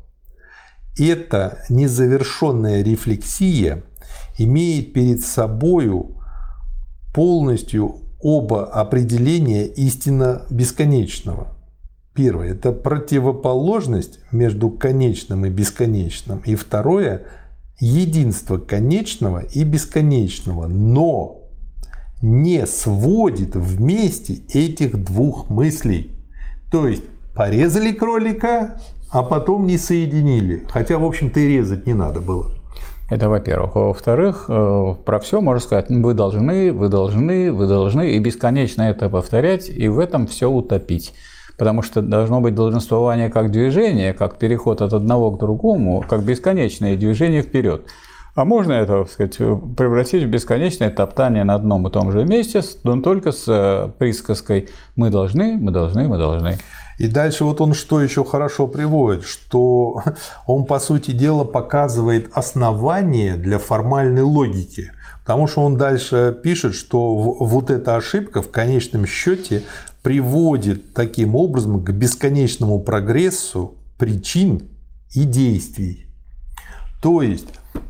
Эта незавершенная рефлексия имеет перед собою полностью оба определения истинно бесконечного. Первое – это противоположность между конечным и бесконечным. И второе – единство конечного и бесконечного, но не сводит вместе этих двух мыслей. То есть порезали кролика, а потом не соединили. Хотя, в общем-то, и резать не надо было. Это во-первых. Во-вторых, про все можно сказать, вы должны, вы должны, вы должны, и бесконечно это повторять, и в этом все утопить. Потому что должно быть долженствование как движение, как переход от одного к другому, как бесконечное движение вперед. А можно это, так сказать, превратить в бесконечное топтание на одном и том же месте, но только с присказкой «мы должны, мы должны, мы должны». И дальше вот он что еще хорошо приводит, что он, по сути дела, показывает основание для формальной логики. Потому что он дальше пишет, что вот эта ошибка в конечном счете приводит таким образом к бесконечному прогрессу причин и действий. То есть,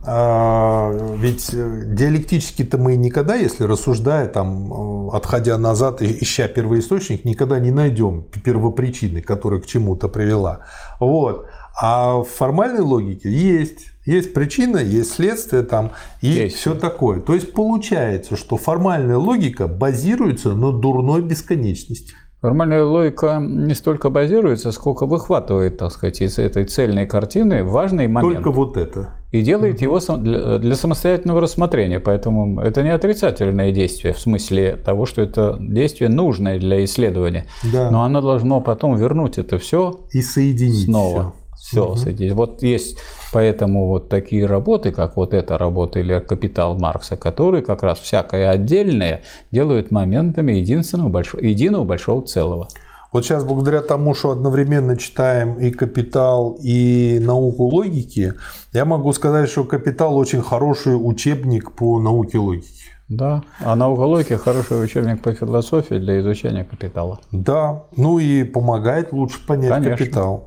ведь диалектически-то мы никогда, если рассуждая, там, отходя назад, ища первоисточник, никогда не найдем первопричины, которая к чему-то привела. Вот. А в формальной логике есть. Есть причина, есть следствие там, и есть все такое. То есть получается, что формальная логика базируется на дурной бесконечности. Формальная логика не столько базируется, сколько выхватывает, так сказать, из этой цельной картины важный момент. Только вот это. И делает его для самостоятельного рассмотрения. Поэтому это не отрицательное действие, в смысле того, что это действие нужное для исследования. Да. Но оно должно потом вернуть это все и соединить снова. Все, угу. соединить. Вот есть поэтому вот такие работы, как вот эта работа или «Капитал» Маркса, которые как раз всякое отдельное делают моментами единственного большого, единого большого целого. Вот сейчас, благодаря тому, что одновременно читаем и «Капитал», и «Науку логики», я могу сказать, что «Капитал» очень хороший учебник по науке логики. Да, а «Наука логики» хороший учебник по философии для изучения «Капитала». Да, ну и помогает лучше понять Конечно. «Капитал».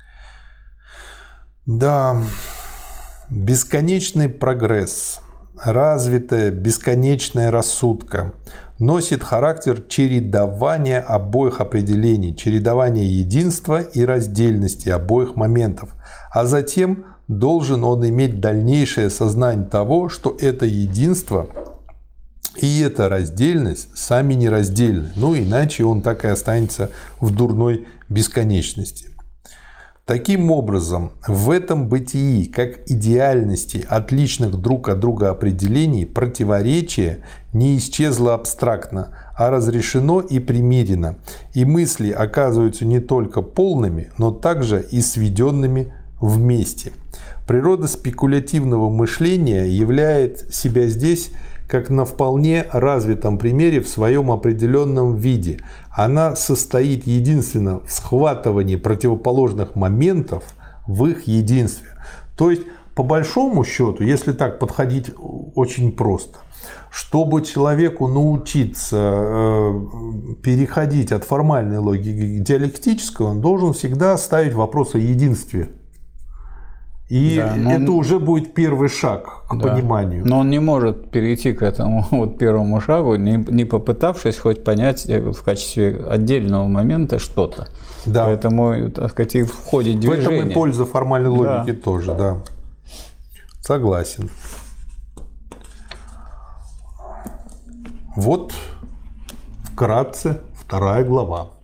Да, бесконечный прогресс, развитая бесконечная рассудка носит характер чередования обоих определений, чередования единства и раздельности обоих моментов, а затем должен он иметь дальнейшее сознание того, что это единство и эта раздельность сами нераздельны, ну иначе он так и останется в дурной бесконечности. Таким образом, в этом бытии, как идеальности отличных друг от друга определений, противоречие не исчезло абстрактно, а разрешено и примирено, и мысли оказываются не только полными, но также и сведенными вместе. Природа спекулятивного мышления являет себя здесь как на вполне развитом примере в своем определенном виде. Она состоит единственно в схватывании противоположных моментов в их единстве. То есть, по большому счету, если так подходить очень просто, чтобы человеку научиться переходить от формальной логики к диалектической, он должен всегда ставить вопрос о единстве. И да, это он... уже будет первый шаг к да. пониманию. Но он не может перейти к этому вот первому шагу, не, не попытавшись хоть понять в качестве отдельного момента что-то. Да. Поэтому, так сказать, и в ходе движения. В этом и польза формальной логики да. тоже, да. Согласен. Вот вкратце вторая глава.